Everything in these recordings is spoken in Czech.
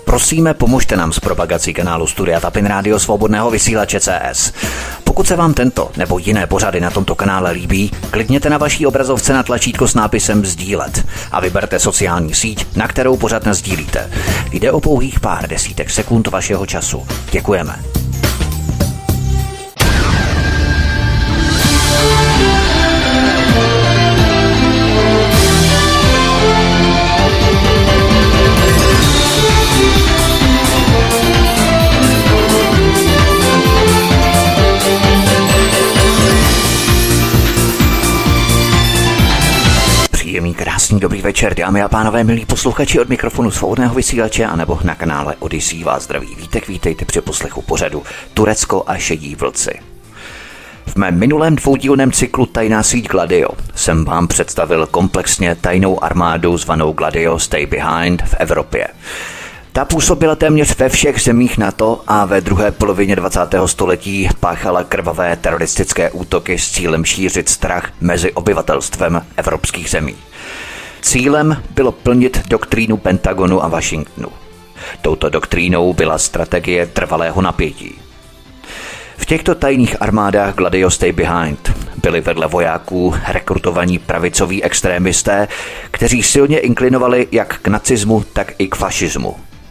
Prosíme, pomožte nám s propagací kanálu Studia Tapin Rádio Svobodného vysílače CS. Pokud se vám tento nebo jiné pořady na tomto kanále líbí, klikněte na vaší obrazovce na tlačítko s nápisem sdílet a vyberte sociální síť, na kterou pořad nasdílíte. Jde o pouhých pár desítek sekund vašeho času. Děkujeme. Příjemný, krásný, dobrý večer, dámy a pánové, milí posluchači, od mikrofonu Svobodného vysílače anebo na kanále Odyssey vás zdraví Vítek. Vítejte při poslechu pořadu Turecko a šedí vlci. V mém minulém dvoudílném cyklu Tajná síť Gladio jsem vám představil komplexně tajnou armádu zvanou Gladio Stay Behind v Evropě. Ta působila téměř ve všech zemích NATO a ve druhé polovině 20. století páchala krvavé teroristické útoky s cílem šířit strach mezi obyvatelstvem evropských zemí. Cílem bylo plnit doktrínu Pentagonu a Washingtonu. Touto doktrínou byla strategie trvalého napětí. V těchto tajných armádách Gladio Stay Behind byli vedle vojáků rekrutovaní pravicoví extrémisté, kteří silně inklinovali jak k nacismu, tak i k fašismu.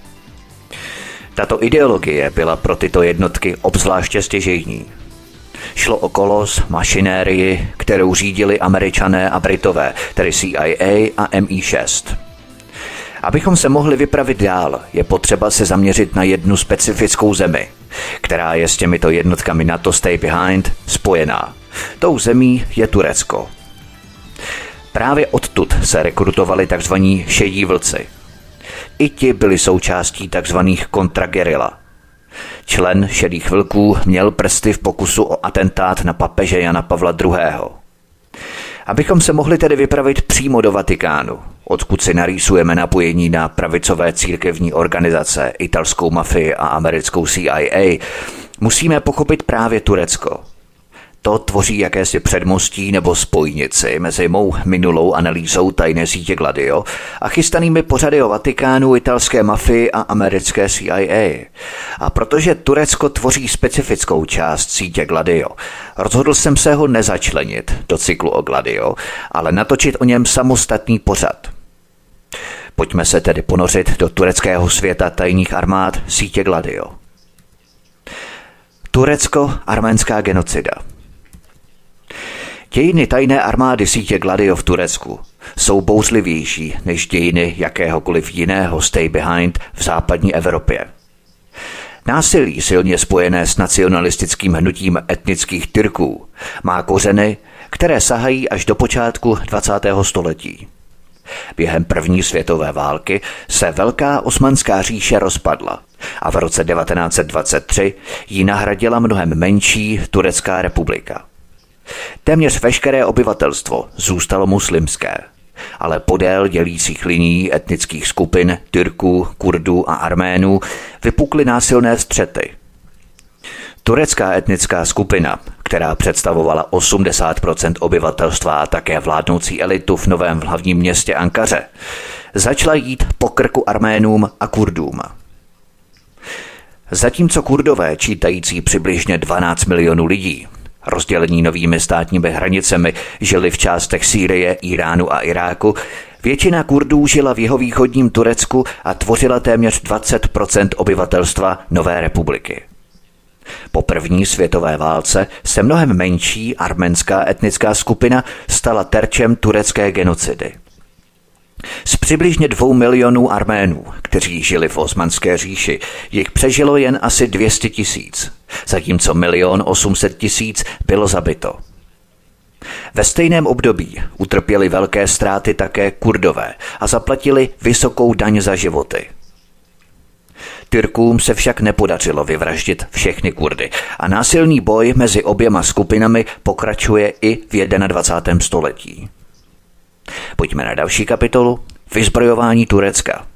Tato ideologie byla pro tyto jednotky obzvláště stěžejní. Šlo o kolos, mašinérii, kterou řídili Američané a Britové, tedy CIA a MI6. Abychom se mohli vypravit dál, je potřeba se zaměřit na jednu specifickou zemi, která je s těmito jednotkami NATO Stay Behind spojená. Tou zemí je Turecko. Právě odtud se rekrutovali tzv. Šedí vlci. I ti byli součástí tzv. Kontragerilla. Člen šedých vlků měl prsty v pokusu o atentát na papeže Jana Pavla II. Abychom se mohli tedy vypravit přímo do Vatikánu, odkud si narýsujeme napojení na pravicové církevní organizace, italskou mafii a americkou CIA, musíme pochopit právě Turecko. To tvoří jakési předmostí nebo spojnici mezi mou minulou analýzou tajné sítě Gladio a chystanými pořady o Vatikánu, italské mafii a americké CIA. A protože Turecko tvoří specifickou část sítě Gladio, rozhodl jsem se ho nezačlenit do cyklu o Gladio, ale natočit o něm samostatný pořad. Pojďme se tedy ponořit do tureckého světa tajných armád sítě Gladio. Turecko-arménská genocida. Dějiny tajné armády sítě Gladio v Turecku jsou bouřlivější než dějiny jakéhokoliv jiného Stay Behind v západní Evropě. Násilí silně spojené s nacionalistickým hnutím etnických Tyrků má kořeny, které sahají až do počátku 20. století. Během první světové války se Velká osmanská říše rozpadla a v roce 1923 ji nahradila mnohem menší Turecká republika. Téměř veškeré obyvatelstvo zůstalo muslimské, ale podél dělících linií etnických skupin Tyrků, Kurdů a Arménů vypukly násilné střety. Turecká etnická skupina, která představovala 80% obyvatelstva a také vládnoucí elitu v novém hlavním městě Ankaře, začala jít po krku Arménům a Kurdům. Zatímco Kurdové, čítající přibližně 12 milionů lidí, rozdělení novými státními hranicemi, žili v částech Sýrie, Iránu a Iráku, většina Kurdů žila v jihovýchodním Turecku a tvořila téměř 20% obyvatelstva nové republiky. Po první světové válce se mnohem menší arménská etnická skupina stala terčem turecké genocidy. Z přibližně 2 milionů Arménů, kteří žili v Osmanské říši, jich přežilo jen asi 200 000, zatímco 1 800 000 bylo zabito. Ve stejném období utrpěli velké ztráty také Kurdové a zaplatili vysokou daň za životy. Tyrkům se však nepodařilo vyvraždit všechny Kurdy a násilný boj mezi oběma skupinami pokračuje i v 21. století. Pojďme na další kapitolu. Vyzbrojování Turecka.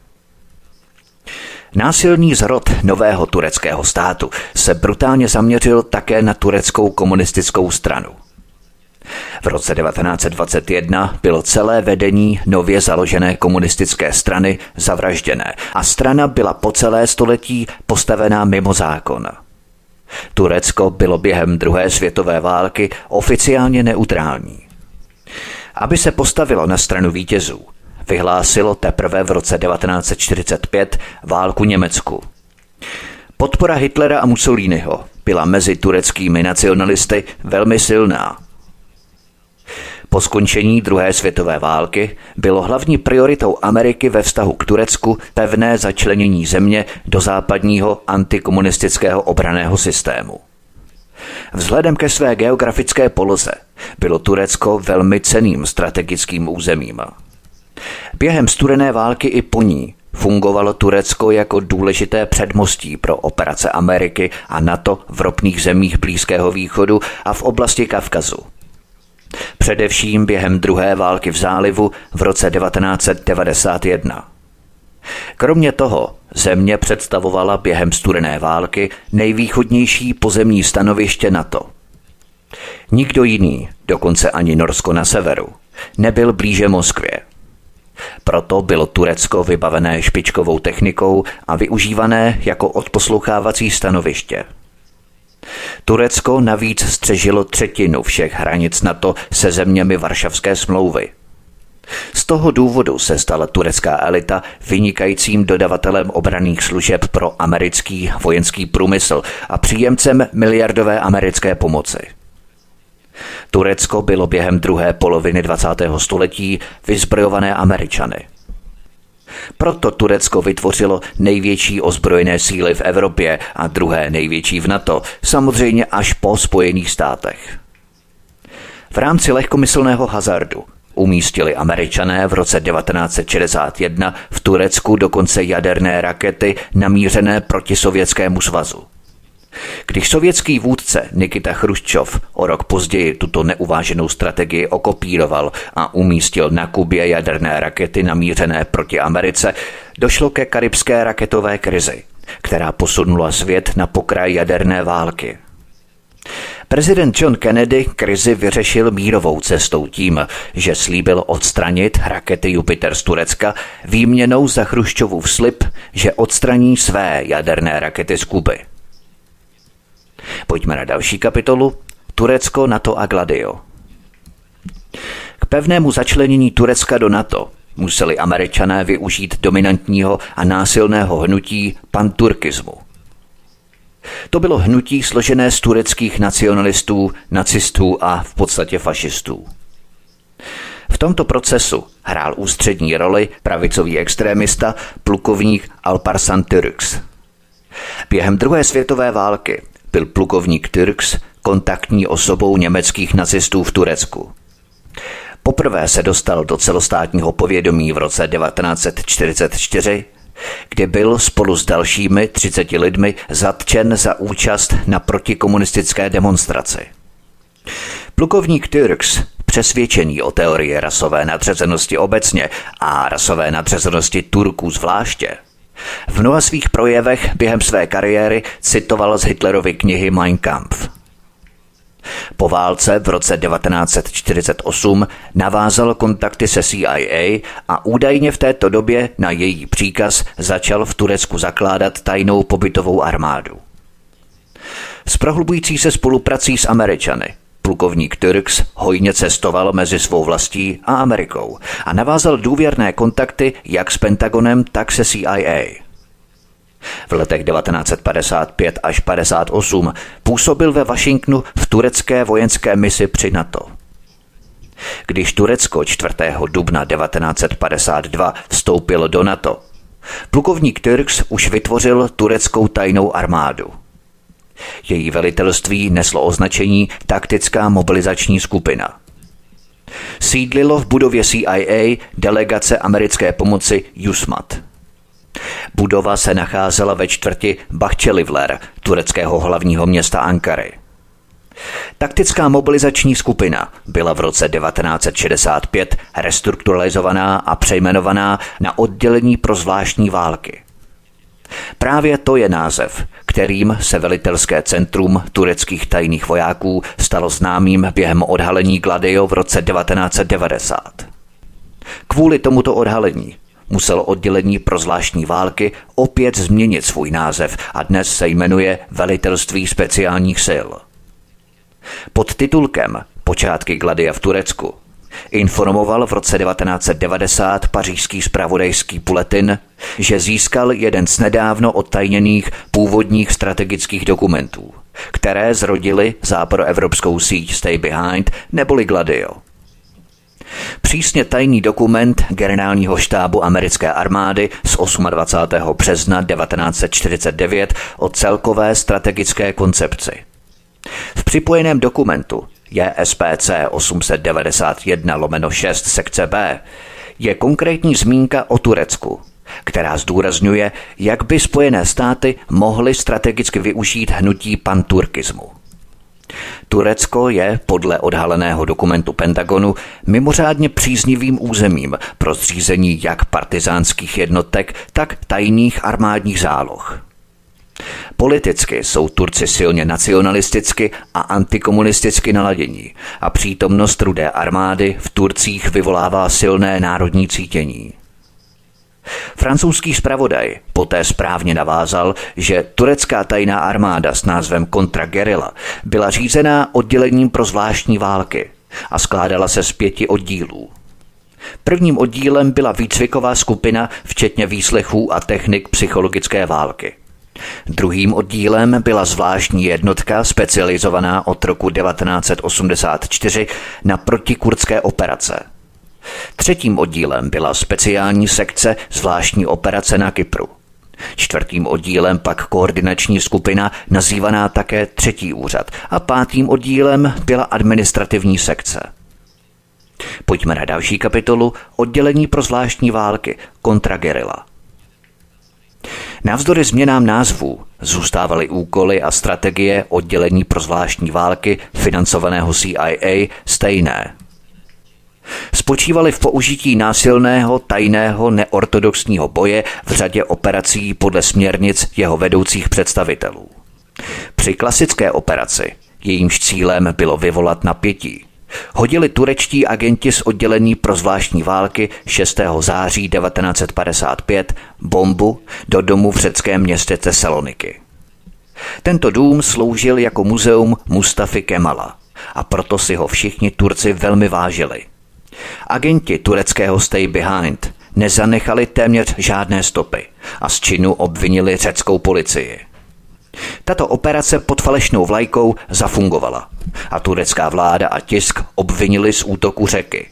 Násilný zrod nového tureckého státu se brutálně zaměřil také na tureckou komunistickou stranu. V roce 1921 bylo celé vedení nově založené komunistické strany zavražděné a strana byla po celé století postavená mimo zákon. Turecko bylo během druhé světové války oficiálně neutrální. Aby se postavilo na stranu vítězů, vyhlásilo teprve v roce 1945 válku Německu. Podpora Hitlera a Mussoliniho byla mezi tureckými nacionalisty velmi silná. Po skončení druhé světové války bylo hlavní prioritou Ameriky ve vztahu k Turecku pevné začlenění země do západního antikomunistického obranného systému. Vzhledem ke své geografické poloze bylo Turecko velmi cenným strategickým územím. Během studené války i po ní fungovalo Turecko jako důležité předmostí pro operace Ameriky a NATO v ropných zemích Blízkého východu a v oblasti Kavkazu. Především během druhé války v zálivu v roce 1991. Kromě toho země představovala během studené války nejvýchodnější pozemní stanoviště NATO. Nikdo jiný, dokonce ani Norsko na severu, nebyl blíže Moskvě. Proto bylo Turecko vybavené špičkovou technikou a využívané jako odposlouchávací stanoviště. Turecko navíc střežilo třetinu všech hranic NATO se zeměmi Varšavské smlouvy. Z toho důvodu se stala turecká elita vynikajícím dodavatelem obranných služeb pro americký vojenský průmysl a příjemcem miliardové americké pomoci. Turecko bylo během druhé poloviny 20. století vyzbrojované Američany. Proto Turecko vytvořilo největší ozbrojené síly v Evropě a druhé největší v NATO, samozřejmě až po Spojených státech. V rámci lehkomyslného hazardu umístili Američané v roce 1961 v Turecku dokonce jaderné rakety namířené proti Sovětskému svazu. Když sovětský vůdce Nikita Chruščov o rok později tuto neuváženou strategii okopíroval a umístil na Kubě jaderné rakety namířené proti Americe, došlo ke karibské raketové krizi, která posunula svět na pokraj jaderné války. Prezident John Kennedy krizi vyřešil mírovou cestou tím, že slíbil odstranit rakety Jupiter z Turecka výměnou za Chruščovův slib, že odstraní své jaderné rakety z Kuby. Pojďme na další kapitolu. Turecko, NATO a Gladio. K pevnému začlenění Turecka do NATO museli Američané využít dominantního a násilného hnutí panturkismu. To bylo hnutí složené z tureckých nacionalistů, nacistů a v podstatě fašistů. V tomto procesu hrál ústřední roli pravicový extrémista plukovník Alparslan Türks. Během druhé světové války byl plukovník Türks kontaktní osobou německých nacistů v Turecku. Poprvé se dostal do celostátního povědomí v roce 1944, kdy byl spolu s dalšími 30 lidmi zatčen za účast na protikomunistické demonstraci. Plukovník Türks, přesvědčený o teorii rasové nadřazenosti obecně a rasové nadřazenosti Turků zvláště, v mnoha svých projevech během své kariéry citoval z Hitlerovy knihy Mein Kampf. Po válce v roce 1948 navázal kontakty se CIA a údajně v této době na její příkaz začal v Turecku zakládat tajnou pobytovou armádu. S prohlubující se spoluprací s Američany plukovník Türks hojně cestoval mezi svou vlastí a Amerikou a navázal důvěrné kontakty jak s Pentagonem, tak se CIA. V letech 1955 až 1958 působil ve Washingtonu v turecké vojenské misi při NATO. Když Turecko 4. dubna 1952 vstoupilo do NATO, plukovník Türks už vytvořil tureckou tajnou armádu. Její velitelství neslo označení Taktická mobilizační skupina. Sídlilo v budově CIA delegace americké pomoci USMAT. Budova se nacházela ve čtvrti Bahçelievler, tureckého hlavního města Ankary. Taktická mobilizační skupina byla v roce 1965 restrukturalizovaná a přejmenovaná na oddělení pro zvláštní války. Právě to je název, kterým se velitelské centrum tureckých tajných vojáků stalo známým během odhalení Gladio v roce 1990. Kvůli tomuto odhalení muselo oddělení pro zvláštní války opět změnit svůj název a dnes se jmenuje Velitelství speciálních sil. Pod titulkem Počátky Gladia v Turecku informoval v roce 1990 pařížský zpravodajský bulletin, že získal jeden z nedávno odtajněných původních strategických dokumentů, které zrodily západoevropskou síť Stay Behind neboli Gladio. Přísně tajný dokument generálního štábu americké armády z 28. března 1949 o celkové strategické koncepci. V připojeném dokumentu JSPC 891/6 sekce B je konkrétní zmínka o Turecku, která zdůrazňuje, jak by Spojené státy mohly strategicky využít hnutí panturkismu. Turecko je podle odhaleného dokumentu Pentagonu mimořádně příznivým územím pro zřízení jak partyzánských jednotek, tak tajných armádních záloh. Politicky jsou Turci silně nacionalisticky a antikomunisticky naladění a přítomnost Rudé armády v Turcích vyvolává silné národní cítění. Francouzský zpravodaj poté správně navázal, že turecká tajná armáda s názvem Kontragerilla byla řízená oddělením pro zvláštní války a skládala se z 5 oddílů. Prvním oddílem byla výcviková skupina včetně výslechů a technik psychologické války. Druhým oddílem byla zvláštní jednotka specializovaná od roku 1984 na protikurdské operace. Třetím oddílem byla speciální sekce zvláštní operace na Kypru. Čtvrtým oddílem pak koordinační skupina nazývaná také třetí úřad a pátým oddílem byla administrativní sekce. Pojďme na další kapitolu Oddělení pro zvláštní války Kontragerilla. Navzdory změnám názvů zůstávaly úkoly a strategie oddělení pro zvláštní války financovaného CIA stejné. Spočívaly v použití násilného, tajného, neortodoxního boje v řadě operací podle směrnic jeho vedoucích představitelů. Při klasické operaci, jejímž cílem bylo vyvolat napětí, hodili turečtí agenti z oddělení pro zvláštní války 6. září 1955 bombu do domu v řeckém městě Tesaloniky. Tento dům sloužil jako muzeum Mustafy Kemala a proto si ho všichni Turci velmi vážili. Agenti tureckého Stay Behind nezanechali téměř žádné stopy a z činu obvinili řeckou policii. Tato operace pod falešnou vlajkou zafungovala a turecká vláda a tisk obvinili z útoku Řeky.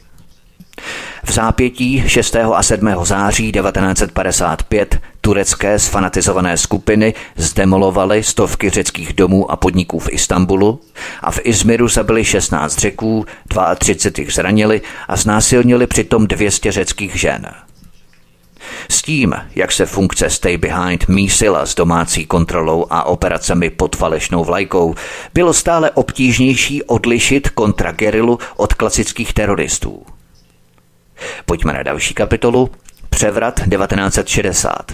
V zápětí 6. a 7. září 1955 turecké sfanatizované skupiny zdemolovaly stovky řeckých domů a podniků v Istanbulu a v Izmiru zabili 16 Řeků, 32 jich zranili a znásilnili přitom 200 řeckých žen. S tím, jak se funkce Stay Behind mísila s domácí kontrolou a operacemi pod falešnou vlajkou, bylo stále obtížnější odlišit kontragerilu od klasických teroristů. Pojďme na další kapitolu. Převrat 1960.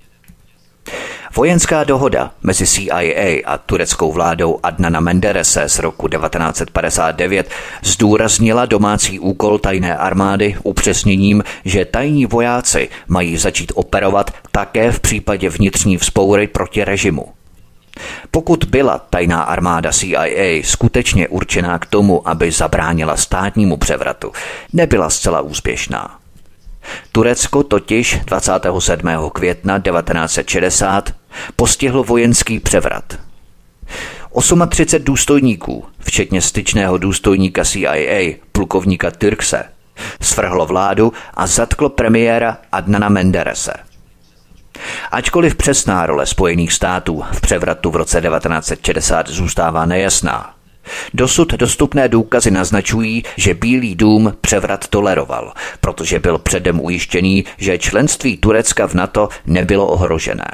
Vojenská dohoda mezi CIA a tureckou vládou Adnana Menderese z roku 1959 zdůraznila domácí úkol tajné armády upřesněním, že tajní vojáci mají začít operovat také v případě vnitřní vzpoury proti režimu. Pokud byla tajná armáda CIA skutečně určená k tomu, aby zabránila státnímu převratu, nebyla zcela úspěšná. Turecko totiž 27. května 1960 postihlo vojenský převrat. 38 důstojníků, včetně styčného důstojníka CIA, plukovníka Türkse, svrhlo vládu a zatklo premiéra Adnana Menderese. Ačkoliv přesná role Spojených států v převratu v roce 1960 zůstává nejasná, dosud dostupné důkazy naznačují, že Bílý dům převrat toleroval, protože byl předem ujištěný, že členství Turecka v NATO nebylo ohrožené.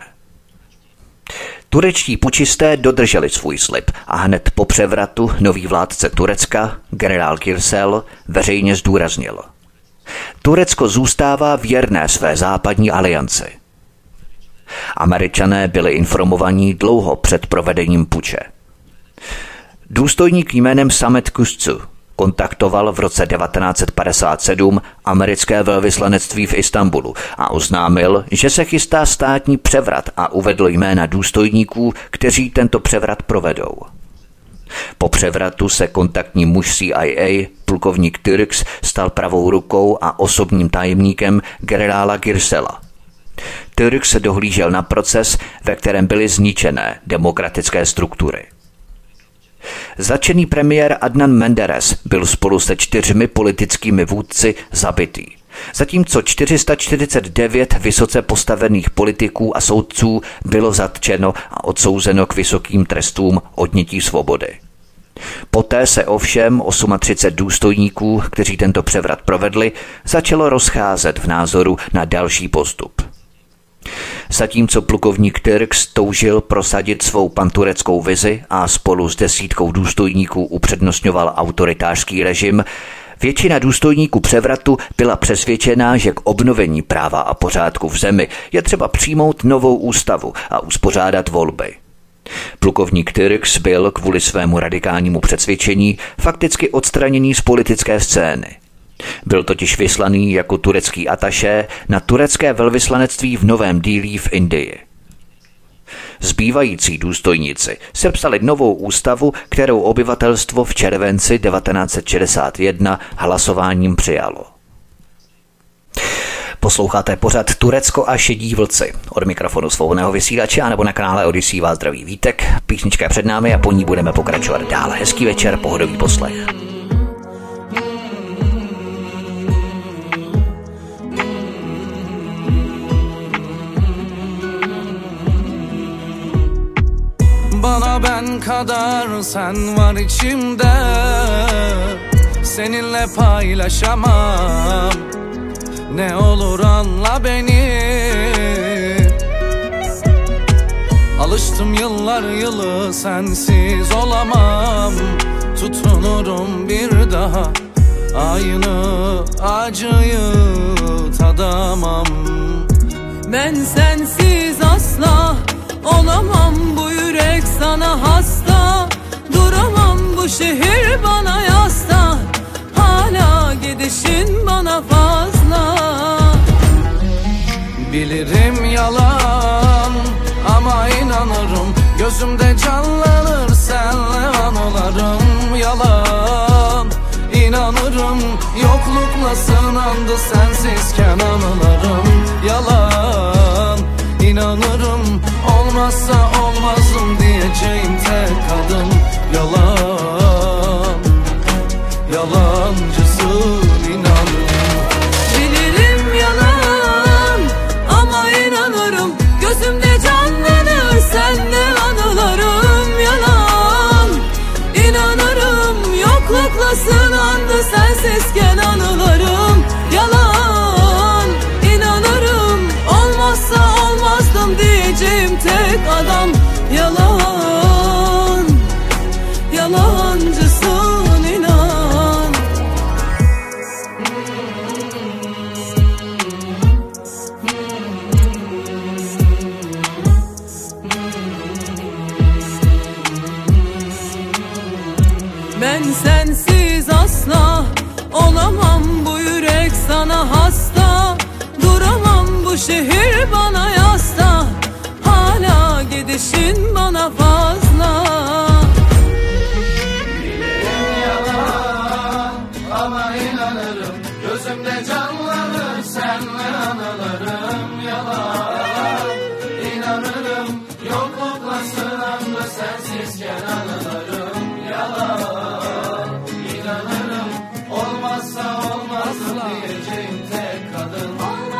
Turečtí pučisté dodrželi svůj slib a hned po převratu nový vládce Turecka, generál Kirsel, veřejně zdůraznil: Turecko zůstává věrné své západní alianci. Američané byli informovaní dlouho před provedením puče. Důstojník jménem Samet Kuscu kontaktoval v roce 1957 americké velvyslanectví v Istanbulu a oznámil, že se chystá státní převrat a uvedl jména důstojníků, kteří tento převrat provedou. Po převratu se kontaktní muž CIA, plukovník Turks, stal pravou rukou a osobním tajemníkem generála Girsela. Turks dohlížel na proces, ve kterém byly zničené demokratické struktury. Zatčený premiér Adnan Menderes byl spolu se 4 politickými vůdci zabitý, zatímco 449 vysoce postavených politiků a soudců bylo zatčeno a odsouzeno k vysokým trestům odnětí svobody. Poté se ovšem 38 důstojníků, kteří tento převrat provedli, začalo rozcházet v názoru na další postup. Zatímco plukovník Turks toužil prosadit svou pantureckou vizi a spolu s 10 důstojníků upřednostňoval autoritářský režim, většina důstojníků převratu byla přesvědčená, že k obnovení práva a pořádku v zemi je třeba přijmout novou ústavu a uspořádat volby. Plukovník Turks byl kvůli svému radikálnímu přesvědčení fakticky odstraněný z politické scény. Byl totiž vyslaný jako turecký atašé na turecké velvyslanectví v Novém Dillí v Indii. Zbývající důstojníci sepsali novou ústavu, kterou obyvatelstvo v červenci 1961 hlasováním přijalo. Posloucháte pořad Turecko a šedí vlci. Od mikrofonu svobodného vysílače nebo na kanále Odyssey vás zdraví Vítek. Písnička je před námi a po ní budeme pokračovat dál. Hezký večer, pohodový poslech. Bana ben kadar sen var içimde, seninle paylaşamam. Ne olur anla beni. Alıştım yıllar yılı sensiz olamam. Tutunurum bir daha aynı acıyı tadamam. Ben sensiz asla olamam, bu yürek sana hasta. Duramam, bu şehir bana yasta. Hala gidişin bana fazla. Bilirim yalan ama inanırım, gözümde canlanır senle anılarım. Yalan inanırım, yoklukla sınandı sensizken anılarım. Yalan inanırım, olmazsa olmazım diyeceğim tek kadın. Yalan, yalancısın inanırım. Bilirim yalan ama inanırım, gözümde canlanır senle anılarım. Yalan inanırım, yoklukla sınandı sensizken anılarım. Yalan inanırım, olmazsa olmazdım diyeceğim tek adam. Yalan, yalancısın inan. Ben sensiz asla olamam, bu yürek sana hasta. Duramam, bu şehir bana yasta. Hala gidişin bana fazla. Bilirim yalan ama inanırım, gözümde canlanır senle anılarım. Yalan inanırım, yoklukla sınandı sensizken anılarım. Yalan inanırım, olmazsa olmazım diyeceğim tek kadın.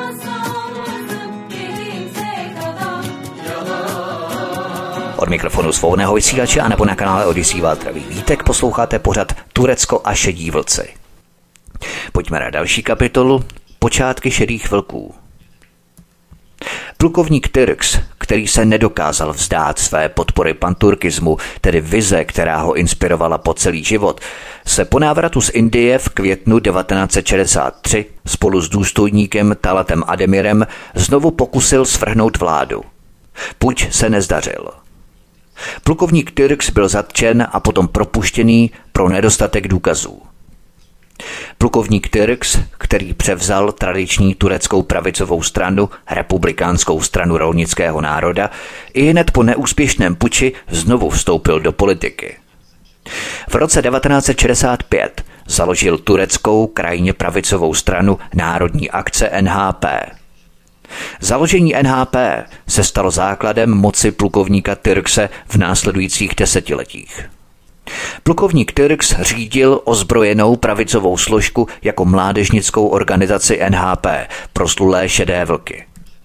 Od mikrofonu svobodného vysílače a nebo na kanále Odyssey vás zdraví Vítek, posloucháte pořad Turecko a šedí vlci. Pojďme na další kapitolu, počátky šedých vlků. Plukovník Turks, který se nedokázal vzdát své podpory panturkismu, tedy vize, která ho inspirovala po celý život, se po návratu z Indie v květnu 1963 spolu s důstojníkem Talatem Ademirem znovu pokusil svrhnout vládu. Puč se nezdařil. Plukovník Turks byl zatčen a potom propuštěný pro nedostatek důkazů. Plukovník Turks, který převzal tradiční tureckou pravicovou stranu, republikánskou stranu rolnického národa, ihned po neúspěšném puči znovu vstoupil do politiky. V roce 1965 založil tureckou krajně pravicovou stranu Národní akce NHP. Založení NHP se stalo základem moci plukovníka Turkse v následujících desetiletích. Plukovník Turks řídil ozbrojenou pravicovou složku jako mládežnickou organizaci NHP, proslulé Šedé vlky.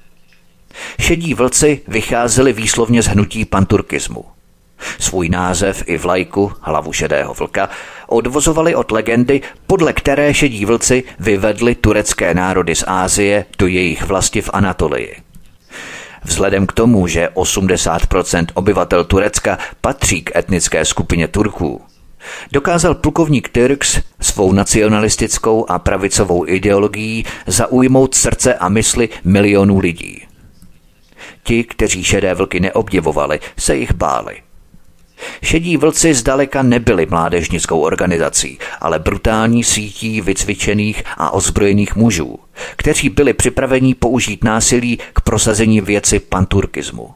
Šedí vlci vycházeli výslovně z hnutí panturkismu. Svůj název i vlajku, hlavu šedého vlka, odvozovali od legendy, podle které šedí vlci vyvedli turecké národy z Asie do jejich vlasti v Anatolii. Vzhledem k tomu, že 80% obyvatel Turecka patří k etnické skupině Turků, dokázal plukovník Turks svou nacionalistickou a pravicovou ideologií zaujmout srdce a mysli milionů lidí. Ti, kteří šedé vlky neobdivovali, se jich báli. Šedí vlci zdaleka nebyli mládežnickou organizací, ale brutální sítí vycvičených a ozbrojených mužů, kteří byli připraveni použít násilí k prosazení věci panturkismu.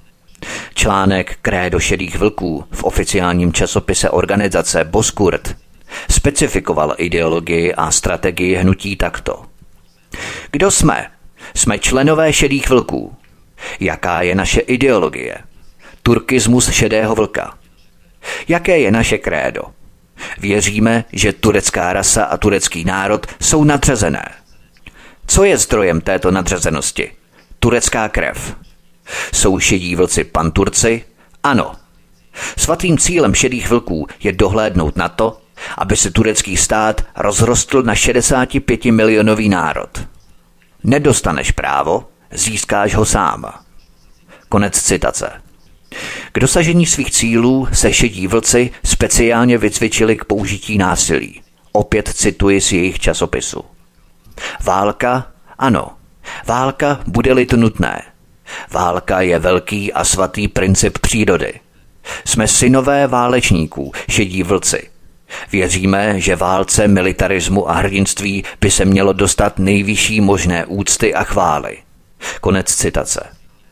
Článek Krédo šedých vlků v oficiálním časopise organizace Bozkurt specifikoval ideologii a strategii hnutí takto. Kdo jsme? Jsme členové šedých vlků. Jaká je naše ideologie? Turkismus šedého vlka. Jaké je naše krédo? Věříme, že turecká rasa a turecký národ jsou nadřazené. Co je zdrojem této nadřazenosti? Turecká krev. Jsou šedí vlci panturci? Ano. Svatým cílem šedých vlků je dohlédnout na to, aby se turecký stát rozrostl na 65milionový národ. Nedostaneš právo, získáš ho sám. Konec citace. K dosažení svých cílů se šedí vlci speciálně vycvičili k použití násilí. Opět cituji z jejich časopisu. Válka? Ano. Válka, bude-li to nutné. Válka je velký a svatý princip přírody. Jsme synové válečníků, šedí vlci. Věříme, že válce, militarismu a hrdinství by se mělo dostat nejvyšší možné úcty a chvály. Konec citace.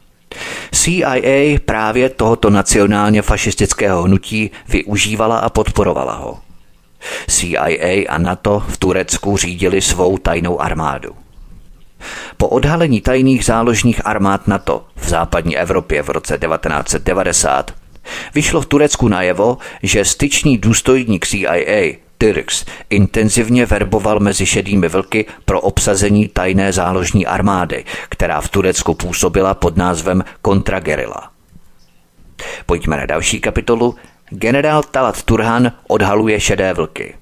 CIA právě tohoto nacionálně fašistického hnutí využívala a podporovala ho. CIA a NATO v Turecku řídili svou tajnou armádu. Po odhalení tajných záložních armád NATO v západní Evropě v roce 1990 vyšlo v Turecku najevo, že styčný důstojník CIA Turks intenzivně verboval mezi šedými vlky pro obsazení tajné záložní armády, která v Turecku působila pod názvem kontragerila. Pojďme na další kapitolu. Generál Talat Turhan odhaluje šedé vlky.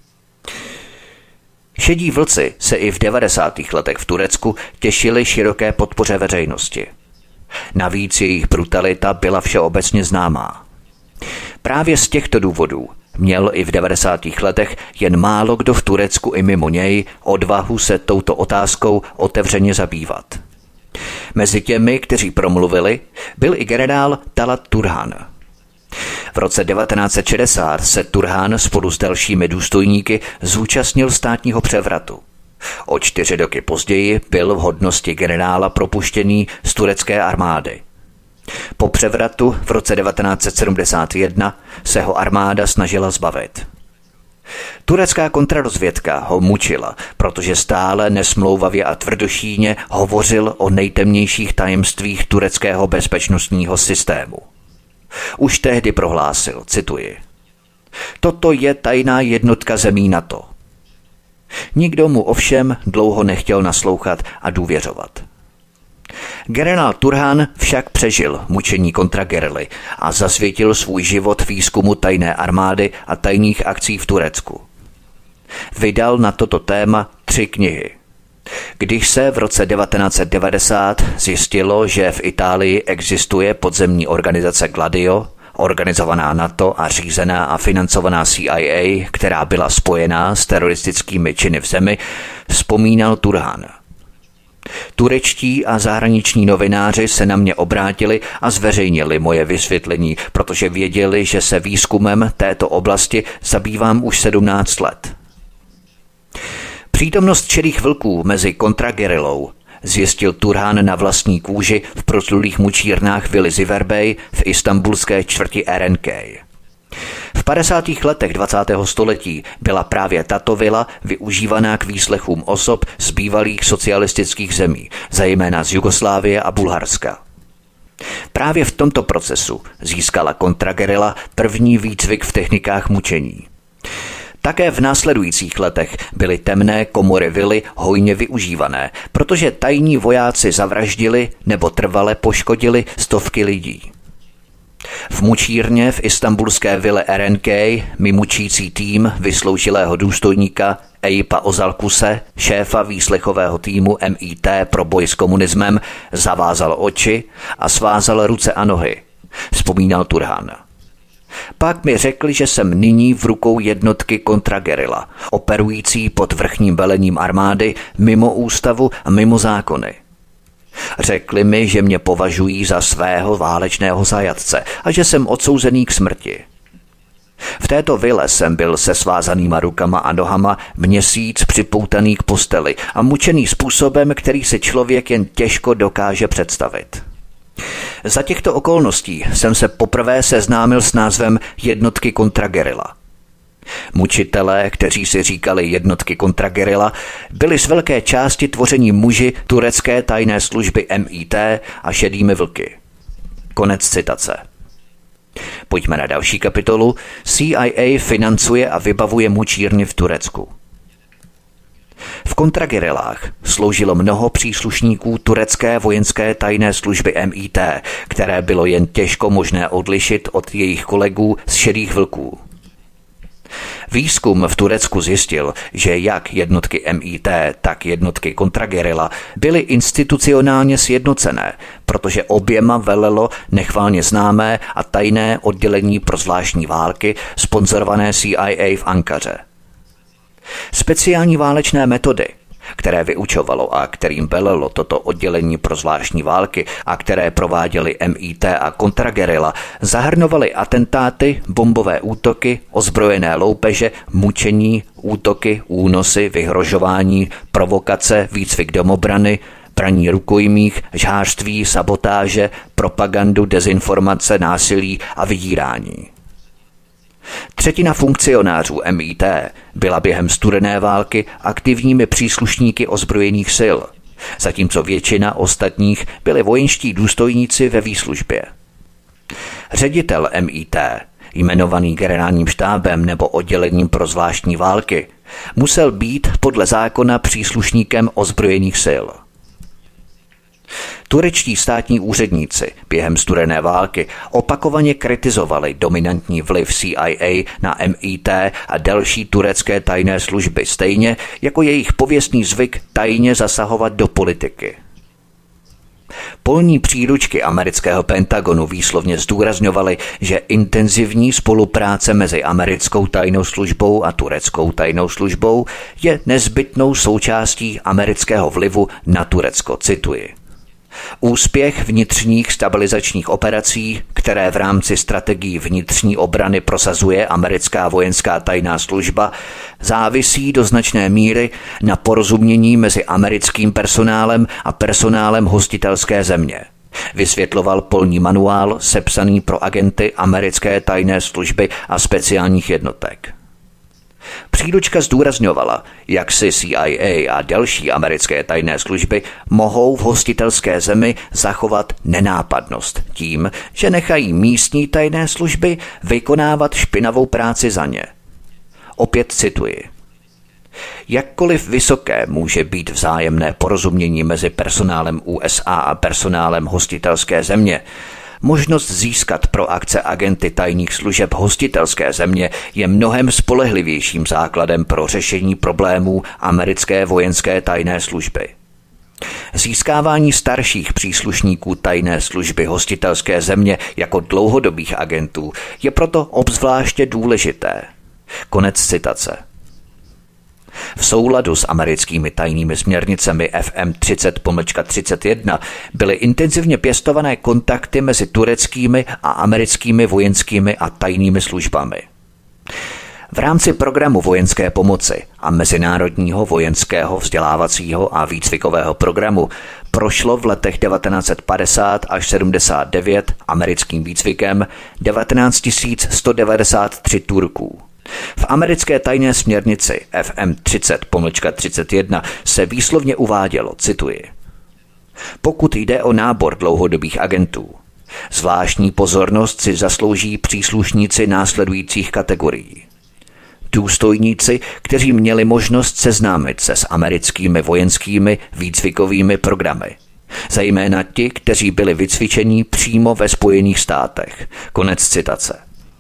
Šedí vlci se i v 90. letech v Turecku těšili široké podpoře veřejnosti. Navíc jejich brutalita byla všeobecně známá. Právě z těchto důvodů měl i v 90. letech jen málo kdo v Turecku i mimo něj odvahu se touto otázkou otevřeně zabývat. Mezi těmi, kteří promluvili, byl i generál Talat Turhan. V roce 1960 se Turhan spolu s dalšími důstojníky zúčastnil státního převratu. O 4 roky později byl v hodnosti generála propuštěný z turecké armády. Po převratu v roce 1971 se ho armáda snažila zbavit. Turecká kontrarozvědka ho mučila, protože stále nesmlouvavě a tvrdošíjně hovořil o nejtemnějších tajemstvích tureckého bezpečnostního systému. Už tehdy prohlásil, cituji: Toto je tajná jednotka zemí NATO. Nikdo mu ovšem dlouho nechtěl naslouchat a důvěřovat. Generál Turhan však přežil mučení kontragerily a zasvětil svůj život výzkumu tajné armády a tajných akcí v Turecku. Vydal na toto téma 3 knihy. Když se v roce 1990 zjistilo, že v Itálii existuje podzemní organizace Gladio, organizovaná NATO a řízená a financovaná CIA, která byla spojená s teroristickými činy v zemi, vzpomínal Turhan: Turečtí a zahraniční novináři se na mě obrátili a zveřejnili moje vysvětlení, protože věděli, že se výzkumem této oblasti zabývám už 17 let. Přítomnost čerých vlků mezi kontragerilou zjistil Turhan na vlastní kůži v proslulých mučírnách vily Ziverbey v istanbulské čtvrti Erenkey. V 50. letech 20. století byla právě tato vila využívaná k výslechům osob z bývalých socialistických zemí, zejména z Jugoslávie a Bulharska. Právě v tomto procesu získala kontragerila první výcvik v technikách mučení. Také v následujících letech byly temné komory vily hojně využívané, protože tajní vojáci zavraždili nebo trvale poškodili stovky lidí. V mučírně v istanbulské vile Erenkey mi mučící tým vysloužilého důstojníka Eyüpa Ozalkuse, šéfa výslechového týmu MIT pro boj s komunismem, zavázal oči a svázal ruce a nohy, vzpomínal Turhan. Pak mi řekli, že jsem nyní v rukou jednotky kontragerila, operující pod vrchním velením armády mimo ústavu a mimo zákony. Řekli mi, že mě považují za svého válečného zajatce a že jsem odsouzený k smrti. V této vile jsem byl se svázanýma rukama a nohama měsíc připoutaný k posteli a mučený způsobem, který si člověk jen těžko dokáže představit. Za těchto okolností jsem se poprvé seznámil s názvem jednotky kontragerila. Mučitelé, kteří si říkali jednotky kontragerila, byli z velké části tvoření muži turecké tajné služby MIT a šedými vlky. Konec citace. Pojďme na další kapitolu. CIA financuje a vybavuje mučírny v Turecku. V kontragerilách sloužilo mnoho příslušníků turecké vojenské tajné služby MIT, které bylo jen těžko možné odlišit od jejich kolegů z šedých vlků. Výzkum v Turecku zjistil, že jak jednotky MIT, tak jednotky kontragerila byly institucionálně sjednocené, protože oběma velelo nechvalně známé a tajné oddělení pro zvláštní války sponzorované CIA v Ankaře. Speciální válečné metody, které vyučovalo a kterým velelo toto oddělení pro zvláštní války a které prováděly MIT a kontragerila, zahrnovaly atentáty, bombové útoky, ozbrojené loupeže, mučení, útoky, únosy, vyhrožování, provokace, výcvik domobrany, praní rukojmích, žhářství, sabotáže, propagandu, dezinformace, násilí a vydírání. Třetina funkcionářů MIT byla během studené války aktivními příslušníky ozbrojených sil, zatímco většina ostatních byli vojenští důstojníci ve výslužbě. Ředitel MIT, jmenovaný generálním štábem nebo oddělením pro zvláštní války, musel být podle zákona příslušníkem ozbrojených sil. Turečtí státní úředníci během studené války opakovaně kritizovali dominantní vliv CIA na MIT a další turecké tajné služby, stejně jako jejich pověstný zvyk tajně zasahovat do politiky. Polní příručky amerického Pentagonu výslovně zdůrazňovaly, že intenzivní spolupráce mezi americkou tajnou službou a tureckou tajnou službou je nezbytnou součástí amerického vlivu na Turecko, cituji. Úspěch vnitřních stabilizačních operací, které v rámci strategií vnitřní obrany prosazuje americká vojenská tajná služba, závisí do značné míry na porozumění mezi americkým personálem a personálem hostitelské země, vysvětloval polní manuál sepsaný pro agenty americké tajné služby a speciálních jednotek. Příručka zdůrazňovala, jak si CIA a další americké tajné služby mohou v hostitelské zemi zachovat nenápadnost tím, že nechají místní tajné služby vykonávat špinavou práci za ně. Opět cituji. Jakkoliv vysoké může být vzájemné porozumění mezi personálem USA a personálem hostitelské země, možnost získat pro akce agenty tajných služeb hostitelské země je mnohem spolehlivějším základem pro řešení problémů americké vojenské tajné služby. Získávání starších příslušníků tajné služby hostitelské země jako dlouhodobých agentů je proto obzvláště důležité. Konec citace. V souladu s americkými tajnými směrnicemi FM 30-31 byly intenzivně pěstované kontakty mezi tureckými a americkými vojenskými a tajnými službami. V rámci programu vojenské pomoci a mezinárodního vojenského vzdělávacího a výcvikového programu prošlo v letech 1950 až 79 americkým výcvikem 19 193 Turků. V americké tajné směrnici FM 30-31 se výslovně uvádělo, cituji: Pokud jde o nábor dlouhodobých agentů, zvláštní pozornost si zaslouží příslušníci následujících kategorií. Důstojníci, kteří měli možnost seznámit se s americkými vojenskými výcvikovými programy. Zejména ti, kteří byli vycvičeni přímo ve Spojených státech. Konec citace.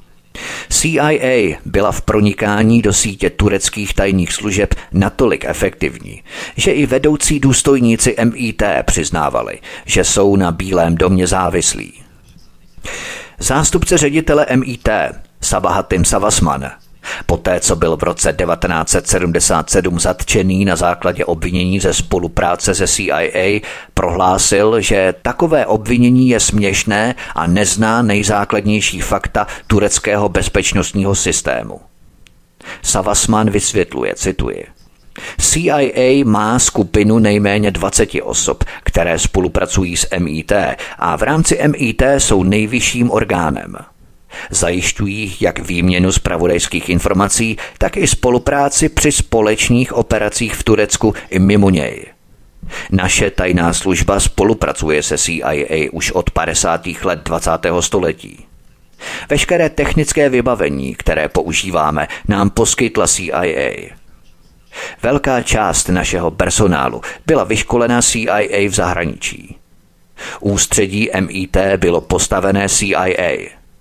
CIA byla v pronikání do sítě tureckých tajných služeb natolik efektivní, že i vedoucí důstojníci MIT přiznávali, že jsou na Bílém domě závislí. Zástupce ředitele MIT Sabahattin Savasman poté, co byl v roce 1977 zatčený na základě obvinění ze spolupráce se CIA, prohlásil, že takové obvinění je směšné a nezná nejzákladnější fakta tureckého bezpečnostního systému. Savasman vysvětluje, cituji: CIA má skupinu nejméně 20 osob, které spolupracují s MIT a v rámci MIT jsou nejvyšším orgánem. Zajišťují jak výměnu zpravodajských informací, tak i spolupráci při společných operacích v Turecku i mimo něj. Naše tajná služba spolupracuje se CIA už od 50. let 20. století. Veškeré technické vybavení, které používáme, nám poskytla CIA. Velká část našeho personálu byla vyškolena CIA v zahraničí. Ústředí MIT bylo postavené CIA.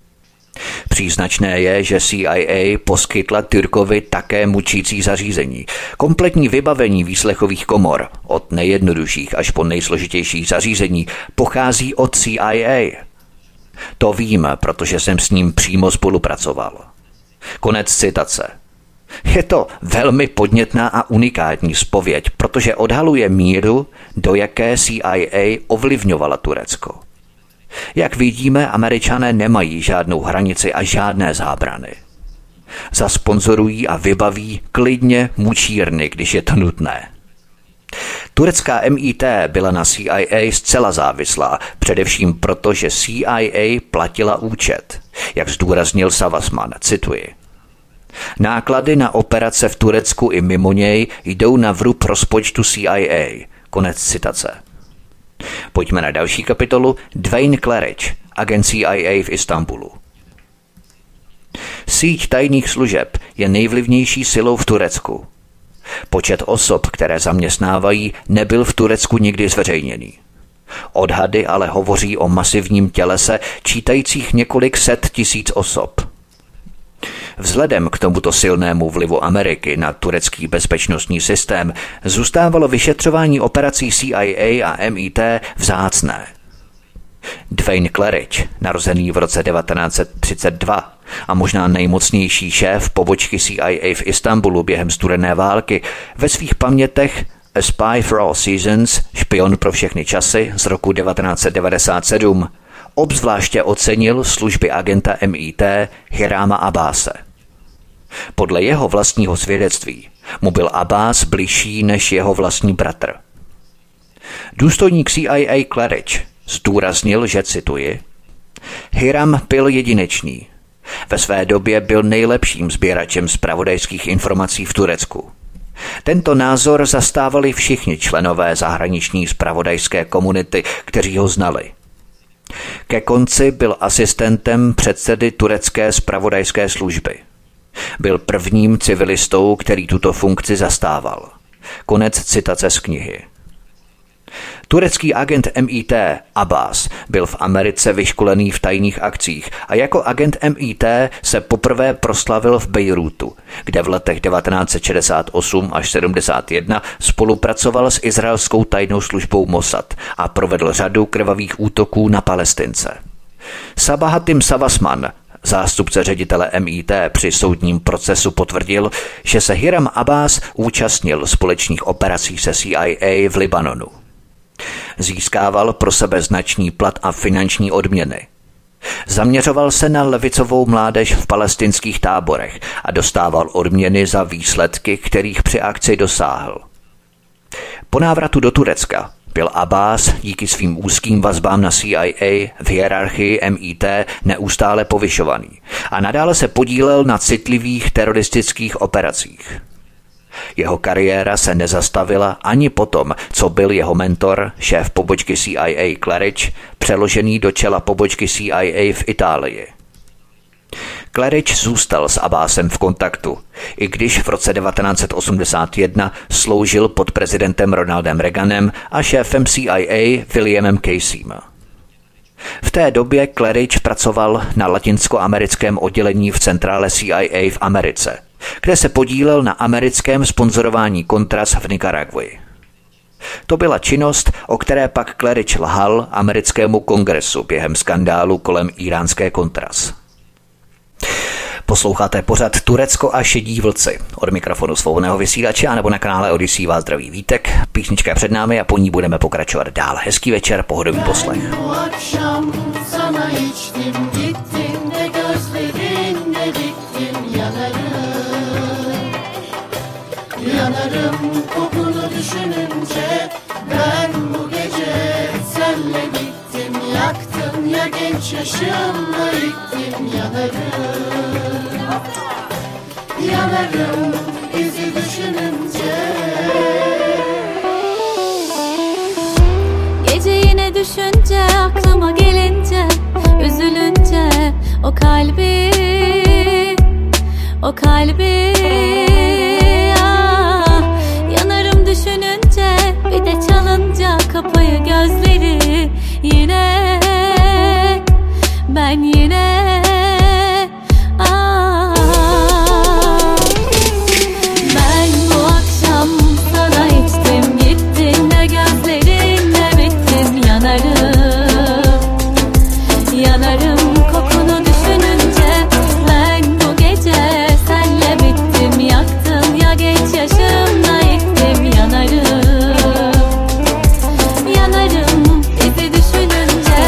Příznačné je, že CIA poskytla Turkovi také mučící zařízení. Kompletní vybavení výslechových komor, od nejjednodušších až po nejsložitějších zařízení, pochází od CIA. To vím, protože jsem s ním přímo spolupracoval. Konec citace. Je to velmi podnětná a unikátní zpověď, protože odhaluje míru, do jaké CIA ovlivňovala Turecko. Jak vidíme, Američané nemají žádnou hranici a žádné zábrany. Zasponzorují a vybaví klidně mučírny, když je to nutné. Turecká MIT byla na CIA zcela závislá, především proto, že CIA platila účet, jak zdůraznil Savasman, cituji: Náklady na operace v Turecku i mimo něj jdou na vrub rozpočtu CIA. Konec citace. Pojďme na další kapitolu. Dwayne Claridge, agent CIA v Istanbulu. Síť tajných služeb je nejvlivnější silou v Turecku. Počet osob, které zaměstnávají, nebyl v Turecku nikdy zveřejněný. Odhady ale hovoří o masivním tělese čítajících několik set tisíc osob. Vzhledem k tomuto silnému vlivu Ameriky na turecký bezpečnostní systém zůstávalo vyšetřování operací CIA a MIT vzácné. Dwayne Claridge, narozený v roce 1932 a možná nejmocnější šéf pobočky CIA v Istanbulu během studené války, ve svých pamětech A Spy for All Seasons, špion pro všechny časy z roku 1997, obzvláště ocenil služby agenta MIT Hirama Abbase. Podle jeho vlastního svědectví mu byl Abbas bližší než jeho vlastní bratr. Důstojník CIA Claridge zdůraznil, že, cituji: Hiram byl jedinečný. Ve své době byl nejlepším sběračem zpravodajských informací v Turecku. Tento názor zastávali všichni členové zahraniční zpravodajské komunity, kteří ho znali. Ke konci byl asistentem předsedy turecké zpravodajské služby. Byl prvním civilistou, který tuto funkci zastával. Konec citace z knihy. Turecký agent MIT Abbas byl v Americe vyškolený v tajných akcích a jako agent MIT se poprvé proslavil v Bejrútu, kde v letech 1968 až 71 spolupracoval s izraelskou tajnou službou Mossad a provedl řadu krvavých útoků na Palestince. Sabahattin Savasman zástupce ředitele MIT při soudním procesu, potvrdil, že se Hiram Abbas účastnil společných operací se CIA v Libanonu. Získával pro sebe značný plat a finanční odměny. Zaměřoval se na levicovou mládež v palestinských táborech a dostával odměny za výsledky, kterých při akci dosáhl. Po návratu do Turecka byl Abbas díky svým úzkým vazbám na CIA v hierarchii MIT neustále povyšovaný a nadále se podílel na citlivých teroristických operacích. Jeho kariéra se nezastavila ani potom, co byl jeho mentor, šéf pobočky CIA Claridge, přeložený do čela pobočky CIA v Itálii. Claridge zůstal s Abbasem v kontaktu, i když v roce 1981 sloužil pod prezidentem Ronaldem Reaganem a šéfem CIA Williamem Caseym. V té době Claridge pracoval na latinskoamerickém oddělení v centrále CIA v Americe, kde se podílel na americkém sponzorování Contras v Nikaragui. To byla činnost, o které pak Claridge lhal americkému kongresu během skandálu kolem íránské Contras. Posloucháte pořad Turecko a šedí vlci. Od mikrofonu svobodného vysílače a nebo na kanále Odyssey vás zdraví Vítek. Písnička je před námi a po ní budeme pokračovat dál. Hezký večer, pohodový poslech. Yanarım kokunu düşününce, ben bu gece senle gittim, yaktın ya genç yaşımla yıktım. Yanarım bizi düşününce. Gece yine düşünce, aklıma gelince, üzülünce, o kalbi düşününce, bir de çalınca kapıyı gözleri, yine ben yine ben bu akşam sana içtim, gittin de gözlerinle bittim. Yanarım kokunu düşününce, ben bu gece senle bittim, yaktın ya genç yaşımla yıktım. Yanarım bizi düşününce.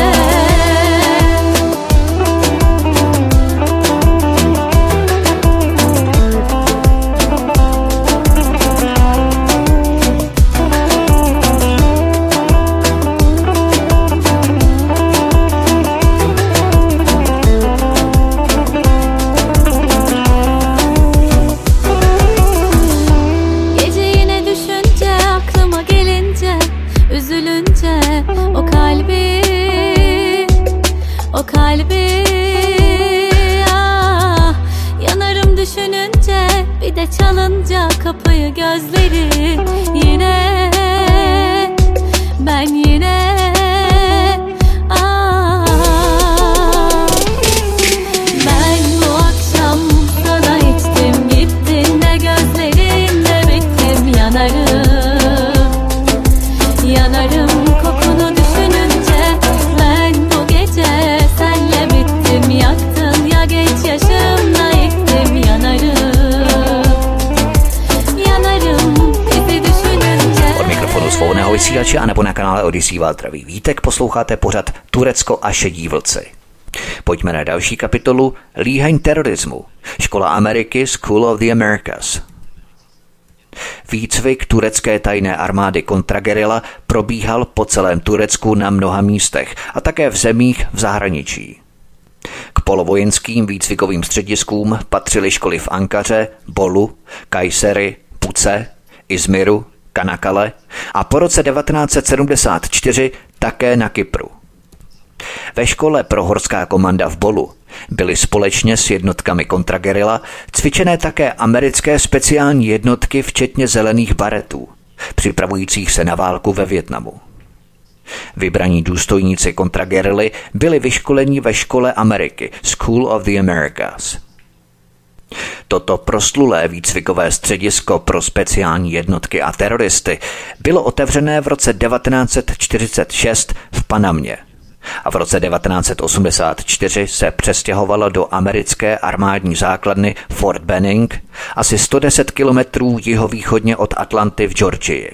Üzülünce, o kalbi yanarım düşününce, bir de çalınca kapıyı gözleri, yine ben yine ben bu akşam sana içtim, gittin de gözlerinle bittim. Yanarım kokunu düşününce, ben bu gece senle bittim, yaktın ya genç yaşımla yıktım. Yanarım bizi düşününce. Od mikrofonu svobodného vysílače a nebo na kanále Odyssey vás zdraví Vítek, posloucháte pořad Turecko a šedí vlci. Pojďme na další kapitolu Líheň terorismu. Škola Ameriky, School of the Americas. Výcvik turecké tajné armády kontragerila probíhal po celém Turecku na mnoha místech a také v zemích v zahraničí. K polovojenským výcvikovým střediskům patřily školy v Ankaře, Bolu, Kayseri, Puce, Izmiru, Kanakale a po roce 1974 také na Kypru. Ve škole pro horská komanda v Bolu byly společně s jednotkami kontragerila cvičené také americké speciální jednotky včetně zelených baretů, připravujících se na válku ve Vietnamu. Vybraní důstojníci kontragerily byli vyškoleni ve škole Ameriky, School of the Americas. Toto proslulé výcvikové středisko pro speciální jednotky a teroristy bylo otevřené v roce 1946 v Panamě, A v roce 1984 se přestěhovalo do americké armádní základny Fort Benning, asi 110 kilometrů jihovýchodně od Atlanty v Georgii.